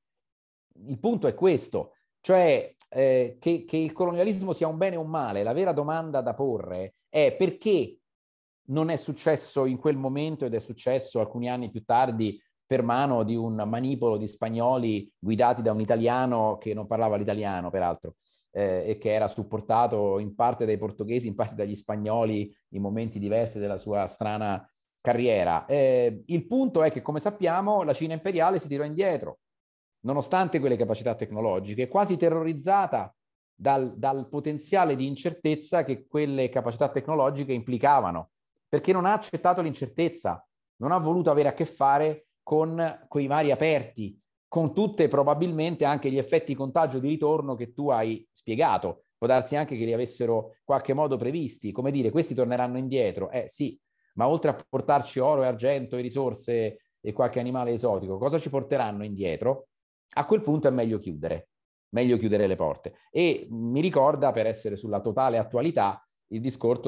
Il punto è questo, cioè che il colonialismo sia un bene o un male. La vera domanda da porre è perché non è successo in quel momento ed è successo alcuni anni più tardi per mano di un manipolo di spagnoli guidati da un italiano che non parlava l'italiano, peraltro, e che era supportato in parte dai portoghesi, in parte dagli spagnoli in momenti diversi della sua strana carriera. Il punto è che, come sappiamo, la Cina imperiale si tirò indietro, nonostante quelle capacità tecnologiche, quasi terrorizzata dal potenziale di incertezza che quelle capacità tecnologiche implicavano, perché non ha accettato l'incertezza, non ha voluto avere a che fare con quei mari aperti, con tutte probabilmente anche gli effetti contagio di ritorno che tu hai spiegato. Può darsi anche che li avessero qualche modo previsti, come dire, questi torneranno indietro. Sì, ma oltre a portarci oro e argento e risorse e qualche animale esotico, cosa ci porteranno indietro? A quel punto è meglio chiudere le porte. E mi ricorda, per essere sulla totale attualità, il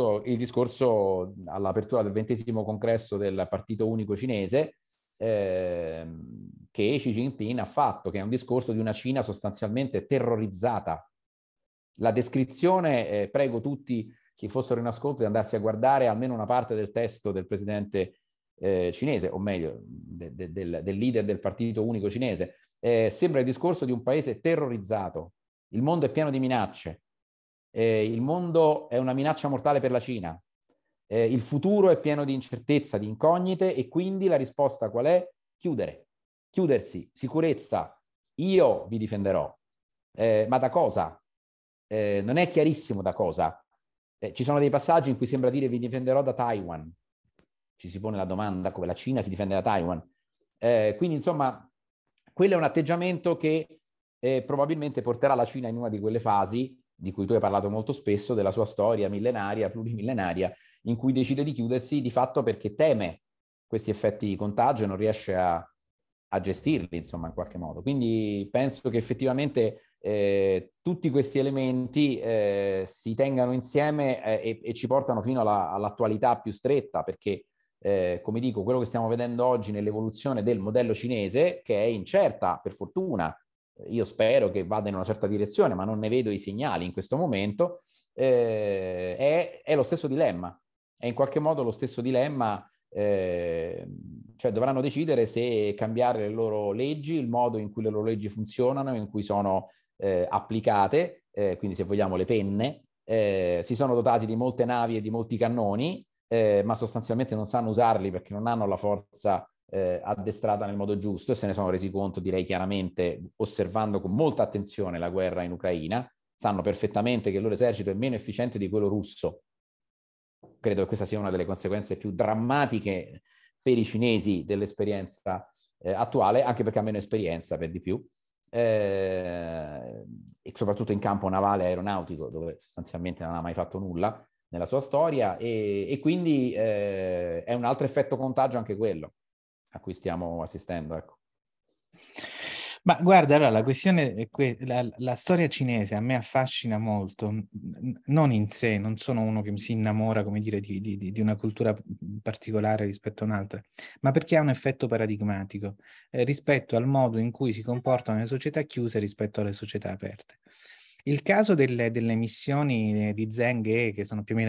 discorso all'apertura del 20° congresso del Partito Unico Cinese, che Xi Jinping ha fatto, che è un discorso di una Cina sostanzialmente terrorizzata. La descrizione, prego tutti chi fossero in ascolto di andarsi a guardare almeno una parte del testo del presidente cinese, o meglio, del leader del partito unico cinese. Sembra il discorso di un paese terrorizzato. Il mondo è pieno di minacce. Il mondo è una minaccia mortale per la Cina. Il futuro è pieno di incertezza, di incognite, e quindi la risposta qual è? Chiudersi, sicurezza. Io vi difenderò. Ma da cosa? Non è chiarissimo da cosa. Ci sono dei passaggi in cui sembra dire vi difenderò da Taiwan. Ci si pone la domanda come la Cina si difende da Taiwan. Quindi insomma, quello è un atteggiamento che probabilmente porterà la Cina in una di quelle fasi di cui tu hai parlato molto spesso, della sua storia millenaria, plurimillenaria, in cui decide di chiudersi di fatto perché teme questi effetti di contagio e non riesce a gestirli, insomma, in qualche modo. Quindi penso che effettivamente tutti questi elementi si tengano insieme e ci portano fino all'attualità più stretta, perché come dico, quello che stiamo vedendo oggi nell'evoluzione del modello cinese, che è incerta, per fortuna, io spero che vada in una certa direzione, ma non ne vedo i segnali in questo momento, è lo stesso dilemma. È in qualche modo lo stesso dilemma, cioè dovranno decidere se cambiare le loro leggi, il modo in cui le loro leggi funzionano, in cui sono applicate, quindi se vogliamo le penne, si sono dotati di molte navi e di molti cannoni, ma sostanzialmente non sanno usarli perché non hanno la forza addestrata nel modo giusto, e se ne sono resi conto, direi chiaramente, osservando con molta attenzione la guerra in Ucraina. Sanno perfettamente che il loro esercito è meno efficiente di quello russo. Credo che questa sia una delle conseguenze più drammatiche per i cinesi dell'esperienza attuale, anche perché ha meno esperienza per di più, e soprattutto in campo navale e aeronautico, dove sostanzialmente non ha mai fatto nulla nella sua storia, e quindi è un altro effetto contagio anche quello a cui stiamo assistendo, ecco. Ma guarda, allora la questione è la storia cinese a me affascina molto, non in sé, non sono uno che si innamora, come dire, di una cultura particolare rispetto a un'altra, ma perché ha un effetto paradigmatico rispetto al modo in cui si comportano le società chiuse rispetto alle società aperte. Il caso delle missioni di Zheng He, che sono più o meno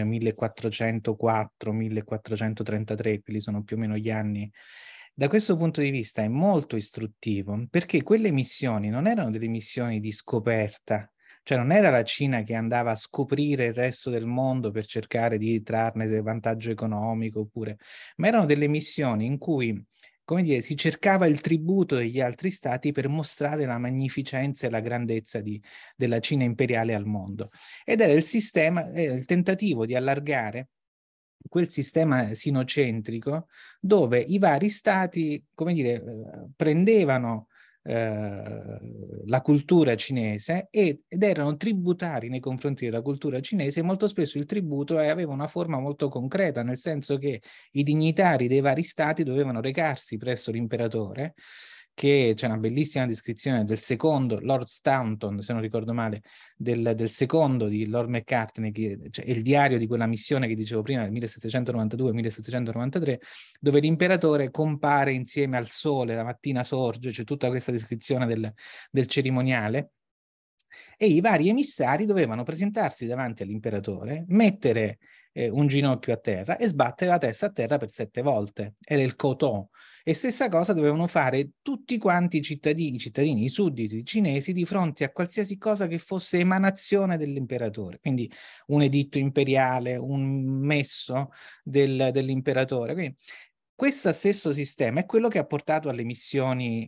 1404-1433, quelli sono più o meno gli anni. Da questo punto di vista è molto istruttivo, perché quelle missioni non erano delle missioni di scoperta, cioè non era la Cina che andava a scoprire il resto del mondo per cercare di trarne vantaggio economico, oppure, ma erano delle missioni in cui, come dire, si cercava il tributo degli altri stati per mostrare la magnificenza e la grandezza della Cina imperiale al mondo. Ed era il tentativo di allargare quel sistema sinocentrico dove i vari stati, come dire, prendevano la cultura cinese ed erano tributari nei confronti della cultura cinese, e molto spesso il tributo aveva una forma molto concreta, nel senso che i dignitari dei vari stati dovevano recarsi presso l'imperatore, che c'è una bellissima descrizione del secondo, Lord Staunton, se non ricordo male, del secondo di Lord Macartney, cioè il diario di quella missione che dicevo prima, del 1792-1793, dove l'imperatore compare insieme al sole, la mattina sorge, c'è tutta questa descrizione del cerimoniale, e i vari emissari dovevano presentarsi davanti all'imperatore, mettere un ginocchio a terra e sbattere la testa a terra per 7 volte. Era il Koto. E stessa cosa dovevano fare tutti quanti i cittadini, i sudditi cinesi, di fronte a qualsiasi cosa che fosse emanazione dell'imperatore. Quindi un editto imperiale, un messo dell'imperatore. Quindi questo stesso sistema è quello che ha portato alle missioni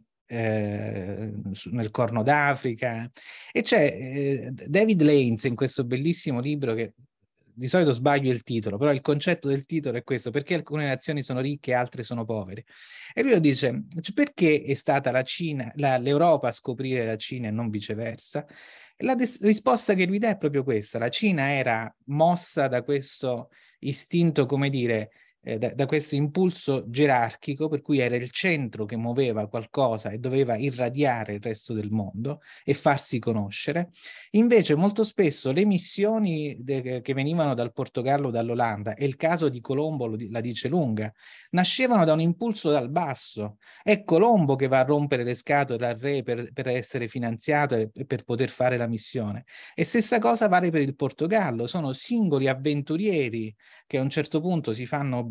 nel Corno d'Africa, e c'è David Lanes in questo bellissimo libro, che di solito sbaglio il titolo, però il concetto del titolo è questo: perché alcune nazioni sono ricche e altre sono povere. E lui lo dice: perché è stata la Cina, l'Europa a scoprire la Cina e non viceversa? E la risposta che lui dà è proprio questa: la Cina era mossa da questo istinto, come dire, da questo impulso gerarchico, per cui era il centro che muoveva qualcosa e doveva irradiare il resto del mondo e farsi conoscere. Invece molto spesso le missioni che venivano dal Portogallo o dall'Olanda, e il caso di Colombo la dice lunga, nascevano da un impulso dal basso. È Colombo che va a rompere le scatole al re per essere finanziato e per poter fare la missione. E stessa cosa vale per il Portogallo: sono singoli avventurieri che a un certo punto si fanno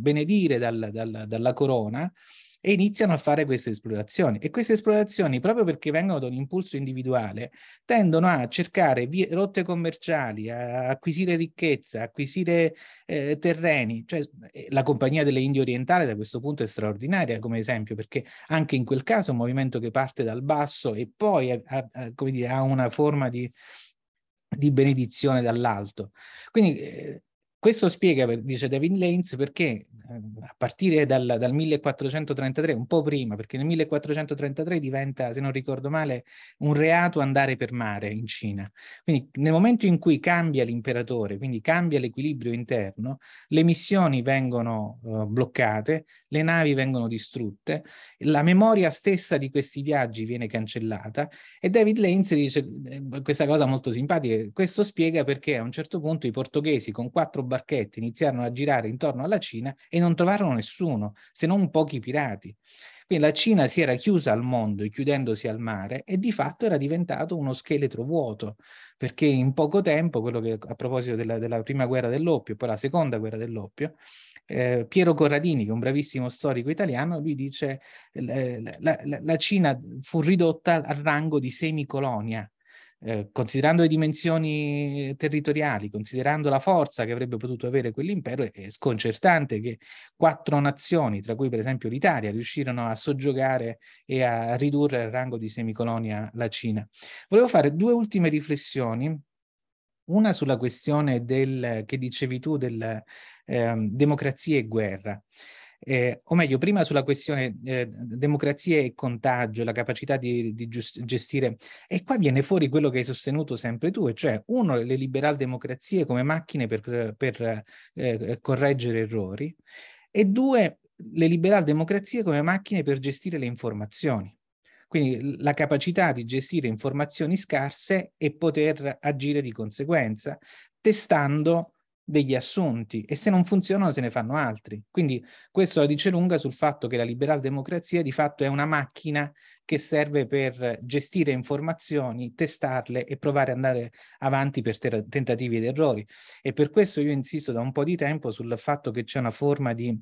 benedire dalla corona e iniziano a fare queste esplorazioni. E queste esplorazioni, proprio perché vengono da un impulso individuale, tendono a cercare rotte commerciali, a acquisire ricchezza, acquisire terreni. Cioè, la Compagnia delle Indie Orientali da questo punto è straordinaria come esempio, perché anche in quel caso è un movimento che parte dal basso e poi come dire, ha una forma di benedizione dall'alto. Quindi questo spiega, dice David Lanes, perché a partire dal 1433, un po' prima, perché nel 1433 diventa, se non ricordo male, un reato andare per mare in Cina. Quindi nel momento in cui cambia l'imperatore, quindi cambia l'equilibrio interno, le missioni vengono bloccate, le navi vengono distrutte, la memoria stessa di questi viaggi viene cancellata e David Lanes dice questa cosa molto simpatica. Questo spiega perché a un certo punto i portoghesi con 4 barchette iniziarono a girare intorno alla Cina e non trovarono nessuno, se non pochi pirati. Quindi la Cina si era chiusa al mondo, chiudendosi al mare, e di fatto era diventato uno scheletro vuoto, perché in poco tempo, quello che a proposito della prima guerra dell'oppio e poi la seconda guerra dell'oppio, Piero Corradini, che è un bravissimo storico italiano, lui dice la Cina fu ridotta al rango di semicolonia. Considerando le dimensioni territoriali, considerando la forza che avrebbe potuto avere quell'impero, è sconcertante che 4 nazioni, tra cui per esempio l'Italia, riuscirono a soggiogare e a ridurre al rango di semicolonia la Cina. Volevo fare 2 ultime riflessioni, una sulla questione che dicevi tu del democrazia e guerra. O meglio, prima sulla questione democrazia e contagio, la capacità di gestire, e qua viene fuori quello che hai sostenuto sempre tu, e cioè, uno, le liberal democrazie come macchine per correggere errori, e 2, le liberal democrazie come macchine per gestire le informazioni. Quindi la capacità di gestire informazioni scarse e poter agire di conseguenza, testando degli assunti, e se non funzionano se ne fanno altri. Quindi questo la dice lunga sul fatto che la liberal democrazia di fatto è una macchina che serve per gestire informazioni, testarle e provare ad andare avanti per tentativi ed errori. E per questo io insisto da un po' di tempo sul fatto che c'è una forma di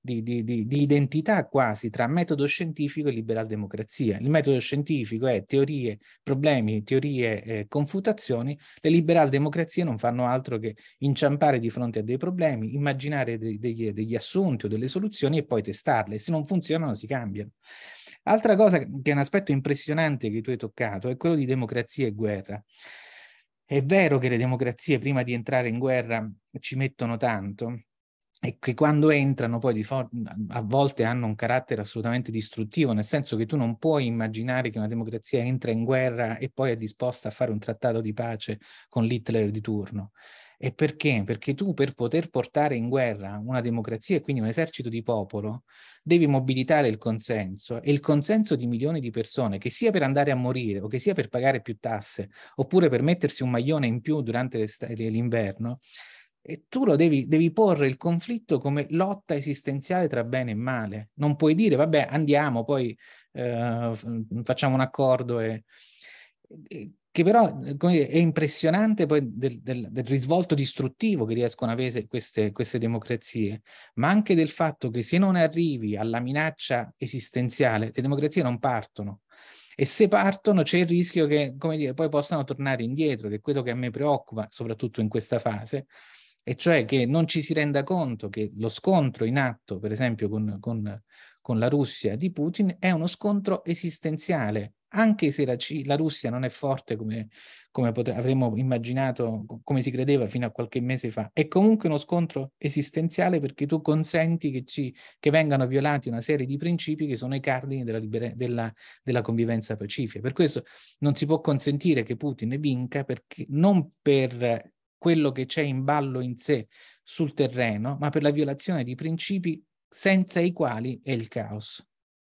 identità quasi tra metodo scientifico e liberal democrazia. Il metodo scientifico è teorie, problemi, teorie, confutazioni. Le liberal democrazie non fanno altro che inciampare di fronte a dei problemi, immaginare degli assunti o delle soluzioni e poi testarle. Se non funzionano si cambiano. Altra cosa che è un aspetto impressionante che tu hai toccato è quello di democrazia e guerra. È vero che le democrazie prima di entrare in guerra ci mettono tanto, e che quando entrano poi a volte hanno un carattere assolutamente distruttivo, nel senso che tu non puoi immaginare che una democrazia entra in guerra e poi è disposta a fare un trattato di pace con l'Hitler di turno. E perché? Perché tu, per poter portare in guerra una democrazia e quindi un esercito di popolo, devi mobilitare il consenso, e il consenso di milioni di persone, che sia per andare a morire o che sia per pagare più tasse oppure per mettersi un maglione in più durante l'inverno. E tu lo devi porre il conflitto come lotta esistenziale tra bene e male. Non puoi dire, vabbè, andiamo, poi facciamo un accordo. Che però come dire, è impressionante poi del risvolto distruttivo che riescono a avere queste democrazie, ma anche del fatto che se non arrivi alla minaccia esistenziale, le democrazie non partono. E se partono c'è il rischio che, come dire, poi possano tornare indietro, che è quello che a me preoccupa, soprattutto in questa fase, e cioè che non ci si renda conto che lo scontro in atto, per esempio con la Russia di Putin, è uno scontro esistenziale, anche se la Russia non è forte come avremmo immaginato, come si credeva fino a qualche mese fa. È comunque uno scontro esistenziale, perché tu consenti che vengano violati una serie di principi che sono i cardini della convivenza pacifica. Per questo non si può consentire che Putin vinca, perché non per quello che c'è in ballo in sé sul terreno, ma per la violazione di principi senza i quali è il caos.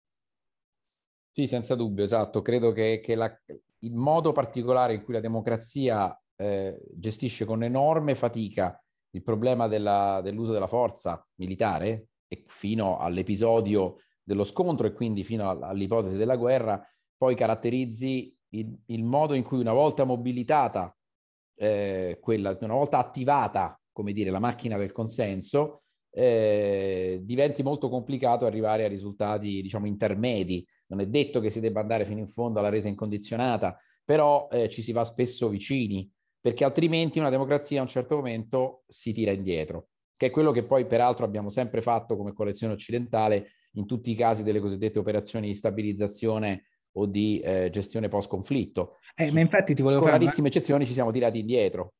Sì, senza dubbio, esatto. Credo che il modo particolare in cui la democrazia gestisce con enorme fatica il problema dell'uso della forza militare, e fino all'episodio dello scontro e quindi fino all'ipotesi della guerra, poi caratterizzi il modo in cui, una volta mobilitata, una volta attivata, come dire, la macchina del consenso, diventi molto complicato arrivare a risultati, diciamo, intermedi. Non è detto che si debba andare fino in fondo alla resa incondizionata, però ci si va spesso vicini, perché altrimenti una democrazia a un certo momento si tira indietro, che è quello che poi peraltro abbiamo sempre fatto come coalizione occidentale in tutti i casi delle cosiddette operazioni di stabilizzazione o di gestione post-conflitto. Ma infatti ti volevo Con fare rarissime eccezioni ci siamo tirati indietro.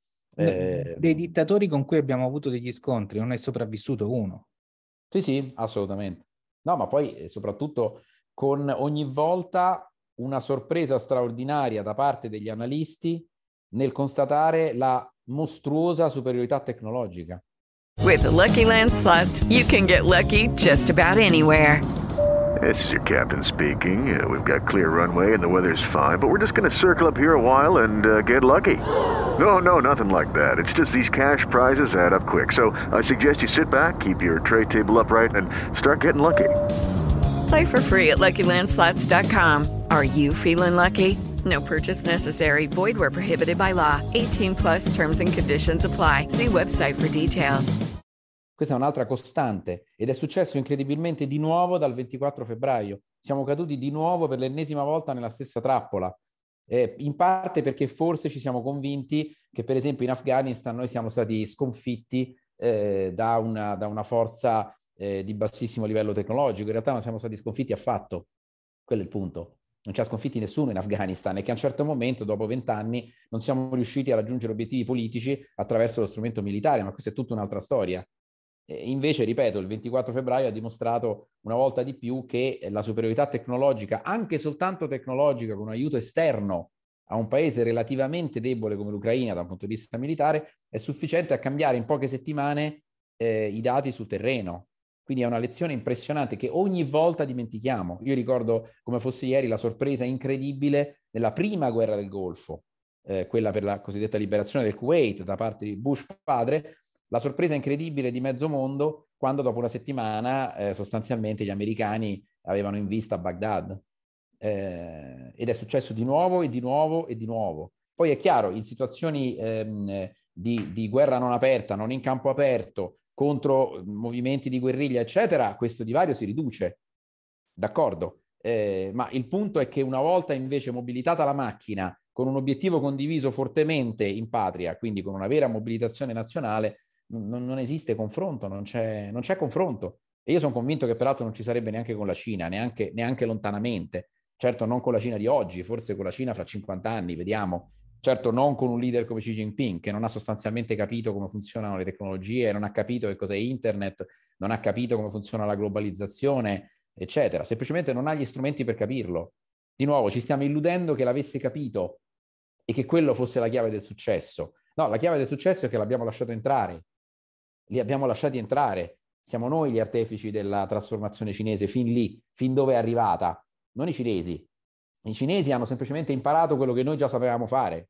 dei dittatori con cui abbiamo avuto degli scontri, non è sopravvissuto uno. Sì, assolutamente. No, ma poi soprattutto con ogni volta una sorpresa straordinaria da parte degli analisti nel constatare la mostruosa superiorità tecnologica. With the Lucky Land Slots, you can get lucky just about anywhere. This is your captain speaking. We've got clear runway and the weather's fine, but we're just going to circle up here a while and get lucky. No, nothing like that. It's just these cash prizes add up quick. So I suggest you sit back, keep your tray table upright, and start getting lucky. Play for free at LuckyLandSlots.com. Are you feeling lucky? No purchase necessary. Void where prohibited by law. 18 plus terms and conditions apply. See website for details. Questa è un'altra costante ed è successo incredibilmente di nuovo dal 24 febbraio. Siamo caduti di nuovo per l'ennesima volta nella stessa trappola. In parte perché forse ci siamo convinti che per esempio in Afghanistan noi siamo stati sconfitti da una forza di bassissimo livello tecnologico. In realtà non siamo stati sconfitti affatto. Quello è il punto. Non ci ha sconfitti nessuno in Afghanistan e che a un certo momento, dopo 20 anni, non siamo riusciti a raggiungere obiettivi politici attraverso lo strumento militare, ma questa è tutta un'altra storia. Invece, ripeto, il 24 febbraio ha dimostrato una volta di più che la superiorità tecnologica, anche soltanto tecnologica, con un aiuto esterno a un paese relativamente debole come l'Ucraina da un punto di vista militare, è sufficiente a cambiare in poche settimane i dati sul terreno. Quindi è una lezione impressionante che ogni volta dimentichiamo. Io ricordo come fosse ieri la sorpresa incredibile nella prima guerra del Golfo, quella per la cosiddetta liberazione del Kuwait da parte di Bush padre, la sorpresa incredibile di mezzo mondo quando dopo una settimana sostanzialmente gli americani avevano in vista Baghdad. Ed è successo di nuovo e di nuovo e di nuovo. Poi è chiaro, in situazioni di guerra non aperta, non in campo aperto, contro movimenti di guerriglia, eccetera, questo divario si riduce. D'accordo? Ma il punto è che una volta invece mobilitata la macchina con un obiettivo condiviso fortemente in patria, quindi con una vera mobilitazione nazionale, non esiste confronto, non c'è confronto. E io sono convinto che peraltro non ci sarebbe neanche con la Cina, neanche lontanamente. Certo non con la Cina di oggi, forse con la Cina fra 50 anni, vediamo. Certo non con un leader come Xi Jinping, che non ha sostanzialmente capito come funzionano le tecnologie, non ha capito che cos'è internet, non ha capito come funziona la globalizzazione, eccetera. Semplicemente non ha gli strumenti per capirlo. Di nuovo, ci stiamo illudendo che l'avesse capito e che quello fosse la chiave del successo. No, la chiave del successo è che l'abbiamo lasciato entrare. Li abbiamo lasciati entrare. Siamo noi gli artefici della trasformazione cinese fin lì, fin dove è arrivata, non i cinesi. I cinesi hanno semplicemente imparato quello che noi già sapevamo fare.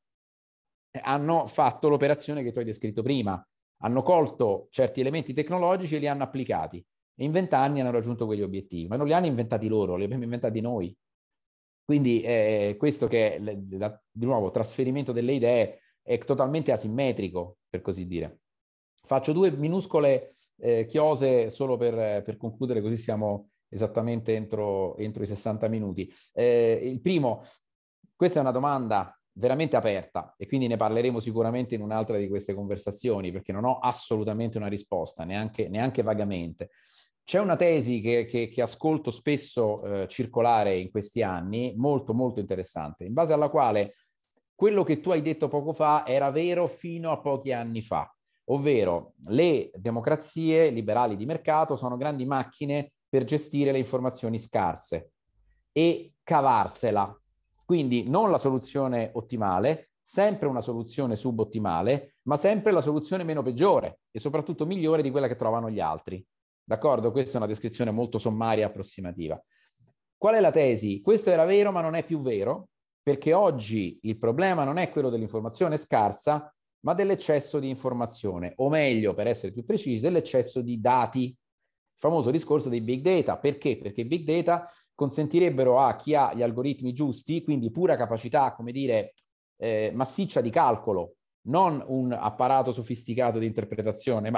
Hanno fatto l'operazione che tu hai descritto prima. Hanno colto certi elementi tecnologici e li hanno applicati. E in 20 anni hanno raggiunto quegli obiettivi. Ma non li hanno inventati loro, li abbiamo inventati noi. Quindi questo che è, di nuovo, trasferimento delle idee è totalmente asimmetrico, per così dire. Faccio due minuscole chiose solo per concludere, così siamo esattamente entro i 60 minuti. Il primo, questa è una domanda veramente aperta e quindi ne parleremo sicuramente in un'altra di queste conversazioni, perché non ho assolutamente una risposta, neanche vagamente. C'è una tesi che ascolto spesso circolare in questi anni, molto molto interessante, in base alla quale quello che tu hai detto poco fa era vero fino a pochi anni fa, ovvero le democrazie liberali di mercato sono grandi macchine per gestire le informazioni scarse e cavarsela. Quindi non la soluzione ottimale, sempre una soluzione subottimale, ma sempre la soluzione meno peggiore e soprattutto migliore di quella che trovano gli altri. D'accordo? Questa è una descrizione molto sommaria e approssimativa. Qual è la tesi? Questo era vero ma non è più vero, perché oggi il problema non è quello dell'informazione scarsa, ma dell'eccesso di informazione, o meglio, per essere più precisi, dell'eccesso di dati. Il famoso discorso dei big data. Perché? Perché i big data consentirebbero a chi ha gli algoritmi giusti, quindi pura capacità, come dire, massiccia di calcolo, non un apparato sofisticato di interpretazione, ma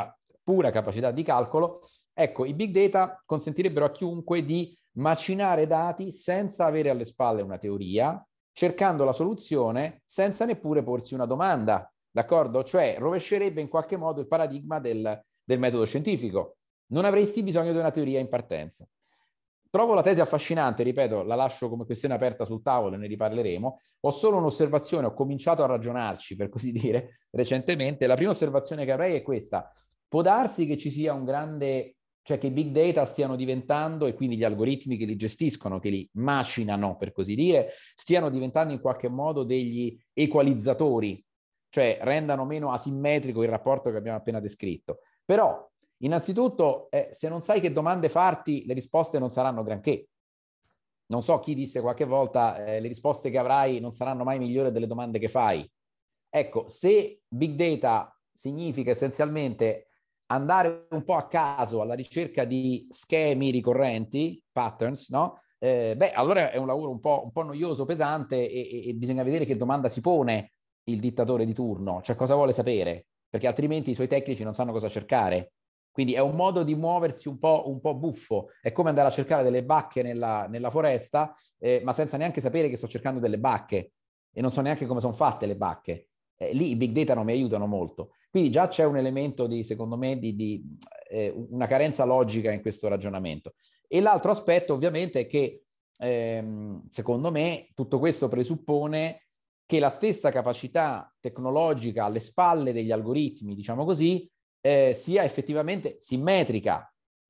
pura capacità di calcolo. Ecco, i big data consentirebbero a chiunque di macinare dati senza avere alle spalle una teoria, cercando la soluzione senza neppure porsi una domanda, d'accordo? Cioè rovescerebbe in qualche modo il paradigma del metodo scientifico. Non avresti bisogno di una teoria in partenza. Trovo la tesi affascinante, ripeto, la lascio come questione aperta sul tavolo e ne riparleremo. Ho solo un'osservazione, ho cominciato a ragionarci, per così dire, recentemente. La prima osservazione che avrei è questa. Può darsi che ci sia un grande, cioè che i big data stiano diventando, e quindi gli algoritmi che li gestiscono, che li macinano, per così dire, stiano diventando in qualche modo degli equalizzatori, cioè rendano meno asimmetrico il rapporto che abbiamo appena descritto. Però, innanzitutto, se non sai che domande farti, le risposte non saranno granché. Non so chi disse qualche volta, le risposte che avrai non saranno mai migliori delle domande che fai. Ecco, se big data significa essenzialmente andare un po' a caso alla ricerca di schemi ricorrenti, patterns, no? Allora è un lavoro un po' noioso, pesante e bisogna vedere che domanda si pone il dittatore di turno, cioè cosa vuole sapere, perché altrimenti i suoi tecnici non sanno cosa cercare. Quindi è un modo di muoversi un po' buffo, è come andare a cercare delle bacche nella foresta, ma senza neanche sapere che sto cercando delle bacche e non so neanche come sono fatte le bacche. Lì i big data non mi aiutano molto. Quindi già c'è un elemento secondo me, di una carenza logica in questo ragionamento. E l'altro aspetto ovviamente è che secondo me tutto questo presuppone che la stessa capacità tecnologica alle spalle degli algoritmi, diciamo così, sia effettivamente simmetrica.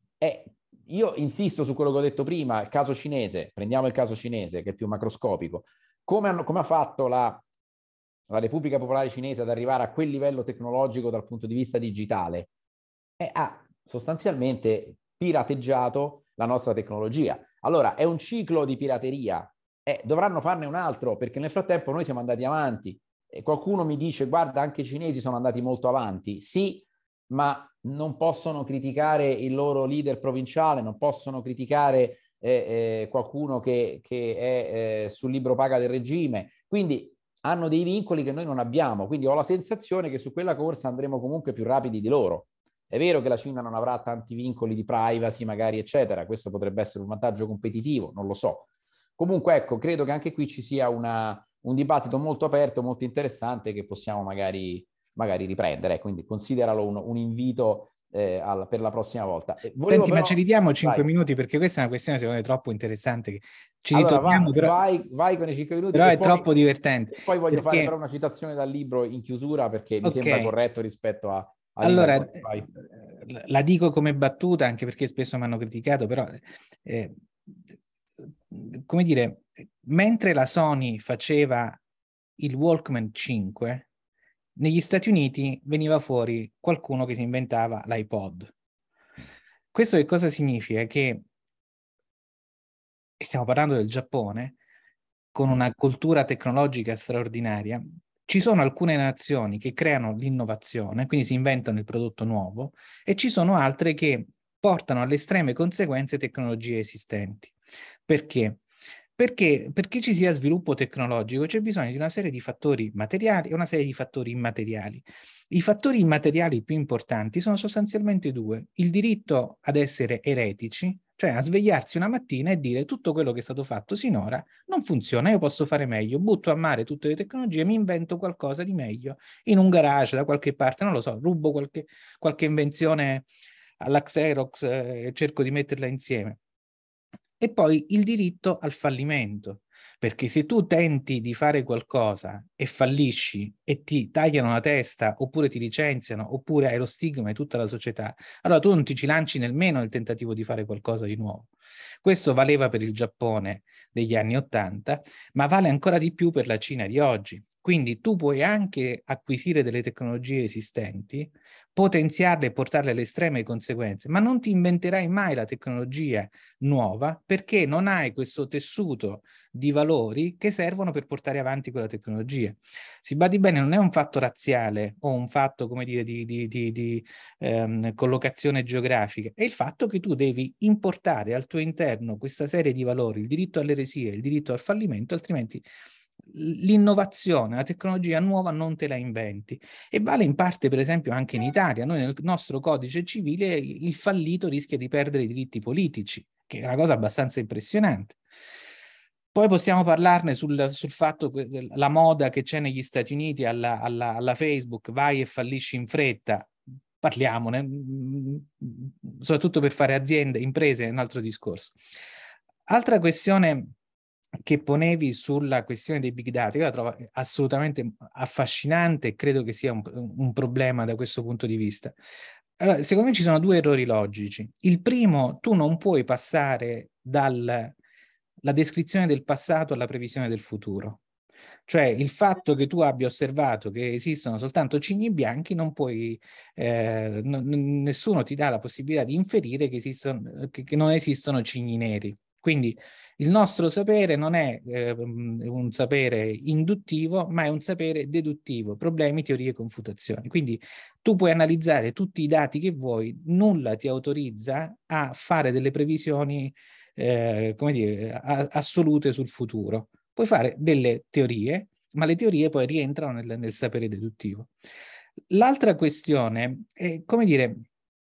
Io insisto su quello che ho detto prima, il caso cinese, prendiamo il caso cinese che è più macroscopico. Come ha fatto la Repubblica Popolare Cinese ad arrivare a quel livello tecnologico dal punto di vista digitale? Ha sostanzialmente pirateggiato la nostra tecnologia. Allora, è un ciclo di pirateria. Dovranno farne un altro, perché nel frattempo noi siamo andati avanti. E qualcuno mi dice, guarda, anche i cinesi sono andati molto avanti. Sì, ma non possono criticare il loro leader provinciale, non possono criticare qualcuno che è sul libro paga del regime. Quindi hanno dei vincoli che noi non abbiamo. Quindi ho la sensazione che su quella corsa andremo comunque più rapidi di loro. È vero che la Cina non avrà tanti vincoli di privacy, magari, eccetera. Questo potrebbe essere un vantaggio competitivo, non lo so. Comunque, ecco, credo che anche qui ci sia un dibattito molto aperto, molto interessante che possiamo magari riprendere. Quindi consideralo un invito per la prossima volta. Senti, ma ci ridiamo 5 minuti, perché questa è una questione secondo me troppo interessante. Che ci ritorniamo, però, vai con i 5 minuti. Però è troppo divertente. Poi voglio fare però una citazione dal libro in chiusura, perché mi sembra corretto rispetto a... Allora, la dico come battuta, anche perché spesso mi hanno criticato, però... come dire, mentre la Sony faceva il Walkman 5, negli Stati Uniti veniva fuori qualcuno che si inventava l'iPod. Questo che cosa significa? Che, e stiamo parlando del Giappone, con una cultura tecnologica straordinaria, ci sono alcune nazioni che creano l'innovazione, quindi si inventano il prodotto nuovo, e ci sono altre che portano alle estreme conseguenze tecnologie esistenti. Perché? Perché ci sia sviluppo tecnologico c'è bisogno di una serie di fattori materiali e una serie di fattori immateriali. I fattori immateriali più importanti sono sostanzialmente due: il diritto ad essere eretici, cioè a svegliarsi una mattina e dire tutto quello che è stato fatto sinora non funziona, io posso fare meglio, butto a mare tutte le tecnologie, mi invento qualcosa di meglio in un garage da qualche parte, non lo so, rubo qualche invenzione alla Xerox e cerco di metterla insieme. E poi il diritto al fallimento, perché se tu tenti di fare qualcosa e fallisci e ti tagliano la testa, oppure ti licenziano, oppure hai lo stigma di tutta la società, allora tu non ti ci lanci nemmeno nel tentativo di fare qualcosa di nuovo. Questo valeva per il Giappone degli anni '80, ma vale ancora di più per la Cina di oggi. Quindi tu puoi anche acquisire delle tecnologie esistenti, potenziarle e portarle alle estreme conseguenze, ma non ti inventerai mai la tecnologia nuova perché non hai questo tessuto di valori che servono per portare avanti quella tecnologia. Si badi bene, non è un fatto razziale o un fatto, come dire, di collocazione geografica, è il fatto che tu devi importare al tuo interno questa serie di valori, il diritto all'eresia, il diritto al fallimento, altrimenti l'innovazione, la tecnologia nuova non te la inventi, e vale in parte per esempio anche in Italia. Noi nel nostro codice civile il fallito rischia di perdere i diritti politici, che è una cosa abbastanza impressionante. Poi possiamo parlarne sul fatto che la moda che c'è negli Stati Uniti alla Facebook, vai e fallisci in fretta. Parliamone, soprattutto per fare aziende, imprese, è un altro discorso. Altra questione che ponevi sulla questione dei big data, io la trovo assolutamente affascinante e credo che sia un problema da questo punto di vista. Allora, secondo me ci sono due errori logici. Il primo, tu non puoi passare dalla descrizione del passato alla previsione del futuro. Cioè il fatto che tu abbia osservato che esistono soltanto cigni bianchi, non puoi, nessuno ti dà la possibilità di inferire che non esistono cigni neri. Quindi il nostro sapere non è un sapere induttivo, ma è un sapere deduttivo, problemi, teorie, confutazioni. Quindi tu puoi analizzare tutti i dati che vuoi, nulla ti autorizza a fare delle previsioni come dire, assolute sul futuro. Puoi fare delle teorie, ma le teorie poi rientrano nel sapere deduttivo. L'altra questione è, come dire,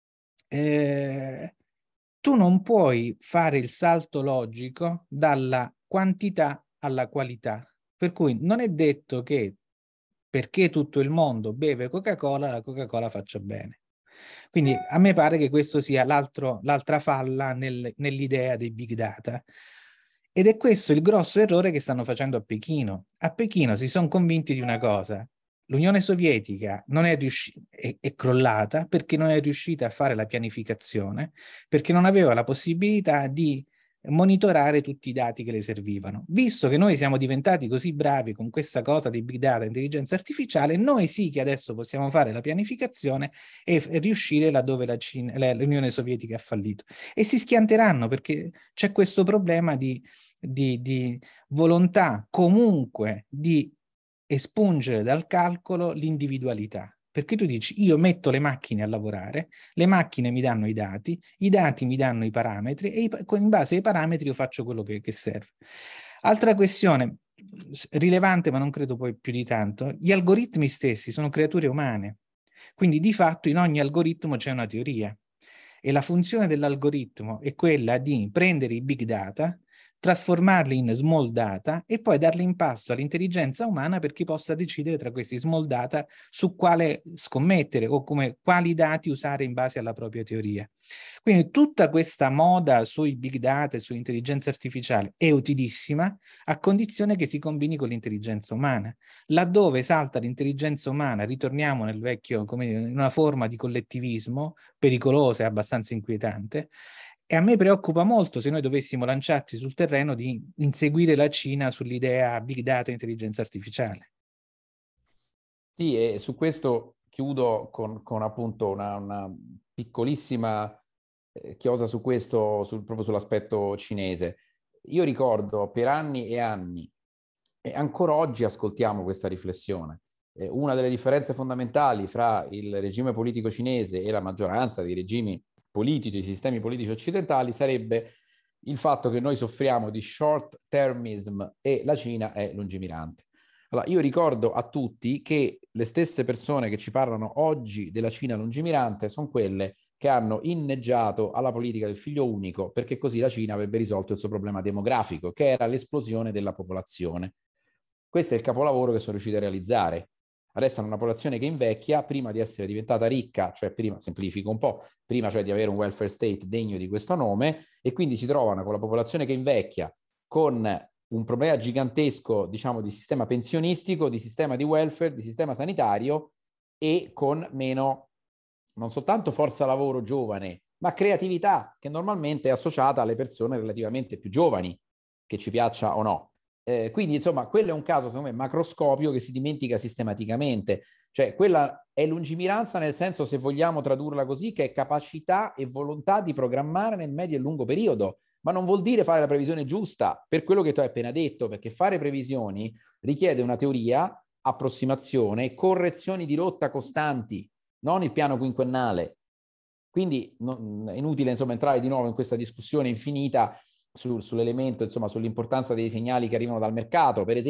tu non puoi fare il salto logico dalla quantità alla qualità, per cui non è detto che perché tutto il mondo beve Coca-Cola, la Coca-Cola faccia bene. Quindi a me pare che questo sia l'altra falla nell'idea dei big data. Ed è questo il grosso errore che stanno facendo a Pechino. A Pechino si sono convinti di una cosa: l'Unione Sovietica non è è crollata perché non è riuscita a fare la pianificazione, perché non aveva la possibilità di monitorare tutti i dati che le servivano. Visto che noi siamo diventati così bravi con questa cosa di big data e intelligenza artificiale, noi sì che adesso possiamo fare la pianificazione e riuscire laddove l'Unione Sovietica ha fallito. E si schianteranno perché c'è questo problema di volontà comunque di espungere dal calcolo l'individualità. Perché tu dici, io metto le macchine a lavorare, le macchine mi danno i dati mi danno i parametri e in base ai parametri io faccio quello che serve. Altra questione rilevante, ma non credo poi più di tanto, gli algoritmi stessi sono creature umane, quindi di fatto in ogni algoritmo c'è una teoria e la funzione dell'algoritmo è quella di prendere i big data, trasformarli in small data e poi darli in pasto all'intelligenza umana perché possa decidere tra questi small data su quale scommettere o quali dati usare in base alla propria teoria. Quindi tutta questa moda sui big data e sull'intelligenza artificiale è utilissima a condizione che si combini con l'intelligenza umana. Laddove salta l'intelligenza umana, ritorniamo nel vecchio, come dire, in una forma di collettivismo pericolosa e abbastanza inquietante. E a me preoccupa molto se noi dovessimo lanciarci sul terreno di inseguire la Cina sull'idea big data e intelligenza artificiale. Sì, e su questo chiudo con appunto una piccolissima chiosa su questo, proprio sull'aspetto cinese. Io ricordo per anni e anni, e ancora oggi ascoltiamo questa riflessione. Una delle differenze fondamentali fra il regime politico cinese e la maggioranza dei regimi politici, i sistemi politici occidentali, sarebbe il fatto che noi soffriamo di short termism e la Cina è lungimirante. Allora, io ricordo a tutti che le stesse persone che ci parlano oggi della Cina lungimirante sono quelle che hanno inneggiato alla politica del figlio unico, perché così la Cina avrebbe risolto il suo problema demografico, che era l'esplosione della popolazione. Questo è il capolavoro che sono riusciti a realizzare. Adesso hanno una popolazione che invecchia prima di essere diventata ricca, cioè prima, semplifico un po', prima cioè di avere un welfare state degno di questo nome, e quindi si trovano con la popolazione che invecchia, con un problema gigantesco, diciamo, di sistema pensionistico, di sistema di welfare, di sistema sanitario, e con meno, non soltanto forza lavoro giovane, ma creatività, che normalmente è associata alle persone relativamente più giovani, che ci piaccia o no. Quindi, insomma, quello è un caso, secondo me, macroscopico che si dimentica sistematicamente. Cioè, quella è lungimiranza nel senso, se vogliamo tradurla così, che è capacità e volontà di programmare nel medio e lungo periodo. Ma non vuol dire fare la previsione giusta, per quello che tu hai appena detto, perché fare previsioni richiede una teoria, approssimazione, correzioni di rotta costanti, non il piano quinquennale. Quindi è inutile, insomma, entrare di nuovo in questa discussione infinita sull'elemento, insomma, sull'importanza dei segnali che arrivano dal mercato. Per esempio,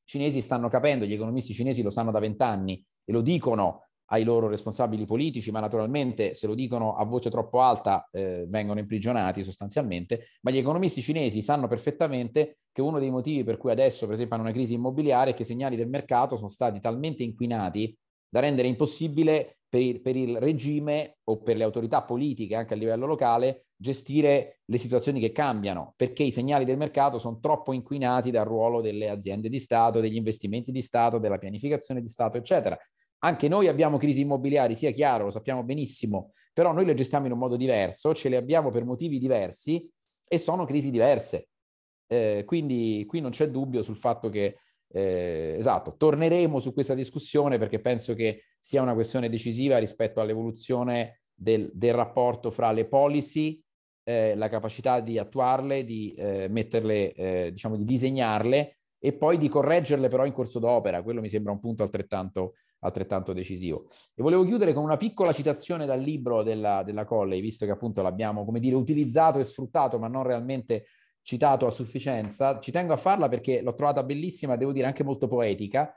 cinesi stanno capendo, gli economisti cinesi lo sanno da 20 anni e lo dicono ai loro responsabili politici, ma naturalmente se lo dicono a voce troppo alta vengono imprigionati sostanzialmente, ma gli economisti cinesi sanno perfettamente che uno dei motivi per cui adesso per esempio hanno una crisi immobiliare è che i segnali del mercato sono stati talmente inquinati da rendere impossibile per il regime o per le autorità politiche anche a livello locale gestire le situazioni che cambiano, perché i segnali del mercato sono troppo inquinati dal ruolo delle aziende di Stato, degli investimenti di Stato, della pianificazione di Stato, eccetera. Anche noi abbiamo crisi immobiliari, sia chiaro, lo sappiamo benissimo, però noi le gestiamo in un modo diverso, ce le abbiamo per motivi diversi e sono crisi diverse. Quindi qui non c'è dubbio sul fatto che, esatto, torneremo su questa discussione perché penso che sia una questione decisiva rispetto all'evoluzione del rapporto fra le policy, la capacità di attuarle, di metterle, diciamo di disegnarle e poi di correggerle però in corso d'opera. Quello mi sembra un punto altrettanto decisivo. E volevo chiudere con una piccola citazione dal libro della Colley, visto che appunto l'abbiamo, come dire, utilizzato e sfruttato, ma non realmente citato a sufficienza. Ci tengo a farla perché l'ho trovata bellissima, devo dire anche molto poetica,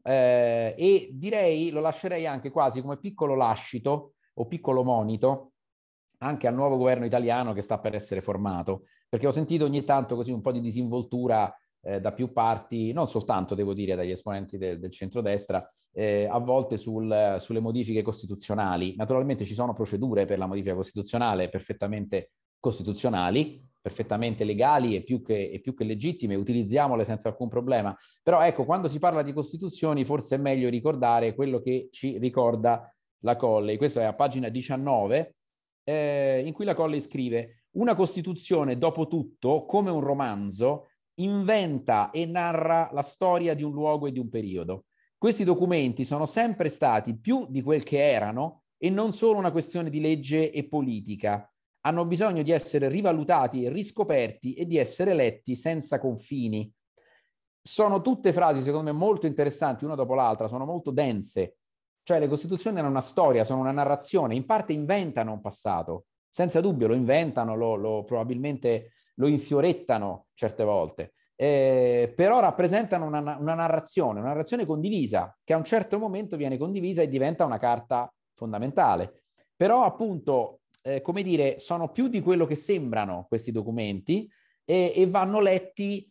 e direi, lo lascerei anche quasi come piccolo lascito o piccolo monito anche al nuovo governo italiano che sta per essere formato, perché ho sentito ogni tanto così un po' di disinvoltura da più parti, non soltanto devo dire dagli esponenti del centrodestra, a volte sulle modifiche costituzionali. Naturalmente ci sono procedure per la modifica costituzionale perfettamente costituzionali, perfettamente legali e più che legittime, utilizziamole senza alcun problema. Però ecco, quando si parla di costituzioni forse è meglio ricordare quello che ci ricorda la Colley. Questo è a pagina 19, in cui la Colley scrive: una Costituzione, dopo tutto, come un romanzo, inventa e narra la storia di un luogo e di un periodo. Questi documenti sono sempre stati più di quel che erano e non solo una questione di legge e politica. Hanno bisogno di essere rivalutati e riscoperti e di essere letti senza confini. Sono tutte frasi, secondo me, molto interessanti, una dopo l'altra, sono molto dense. Cioè le Costituzioni hanno una storia, sono una narrazione, in parte inventano un passato, senza dubbio lo inventano, probabilmente lo infiorettano certe volte, però rappresentano una narrazione condivisa, che a un certo momento viene condivisa e diventa una carta fondamentale. Però appunto, come dire, sono più di quello che sembrano questi documenti e vanno letti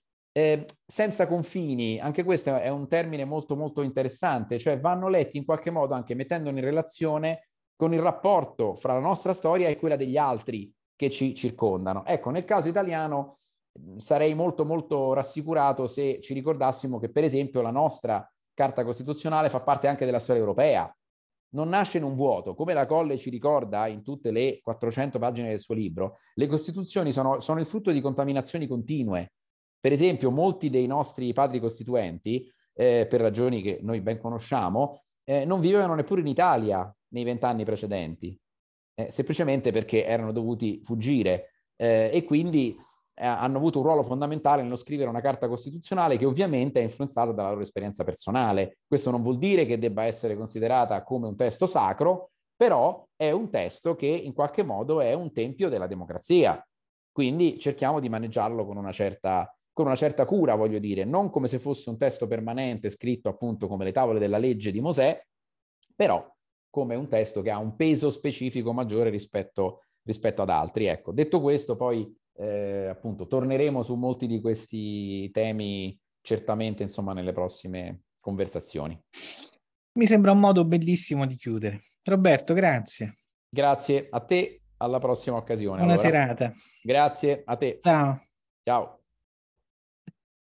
senza confini. Anche questo è un termine molto molto interessante, cioè vanno letti in qualche modo anche mettendoli in relazione con il rapporto fra la nostra storia e quella degli altri che ci circondano. Ecco, nel caso italiano sarei molto molto rassicurato se ci ricordassimo che per esempio la nostra Carta Costituzionale fa parte anche della storia europea, non nasce in un vuoto, come la Colle ci ricorda in tutte le 400 pagine del suo libro. Le Costituzioni sono il frutto di contaminazioni continue. Per esempio, molti dei nostri padri costituenti, per ragioni che noi ben conosciamo, non vivevano neppure in Italia nei 20 anni precedenti, semplicemente perché erano dovuti fuggire e quindi hanno avuto un ruolo fondamentale nello scrivere una carta costituzionale che ovviamente è influenzata dalla loro esperienza personale. Questo non vuol dire che debba essere considerata come un testo sacro, però è un testo che in qualche modo è un tempio della democrazia. Quindi cerchiamo di maneggiarlo con una certa cura, voglio dire, non come se fosse un testo permanente scritto appunto come le tavole della legge di Mosè, però come un testo che ha un peso specifico maggiore rispetto ad altri. Ecco, detto questo, poi appunto torneremo su molti di questi temi certamente, insomma, nelle prossime conversazioni. Mi sembra un modo bellissimo di chiudere. Roberto, grazie. Grazie a te, alla prossima occasione. Buona serata. Grazie a te. Ciao. Ciao.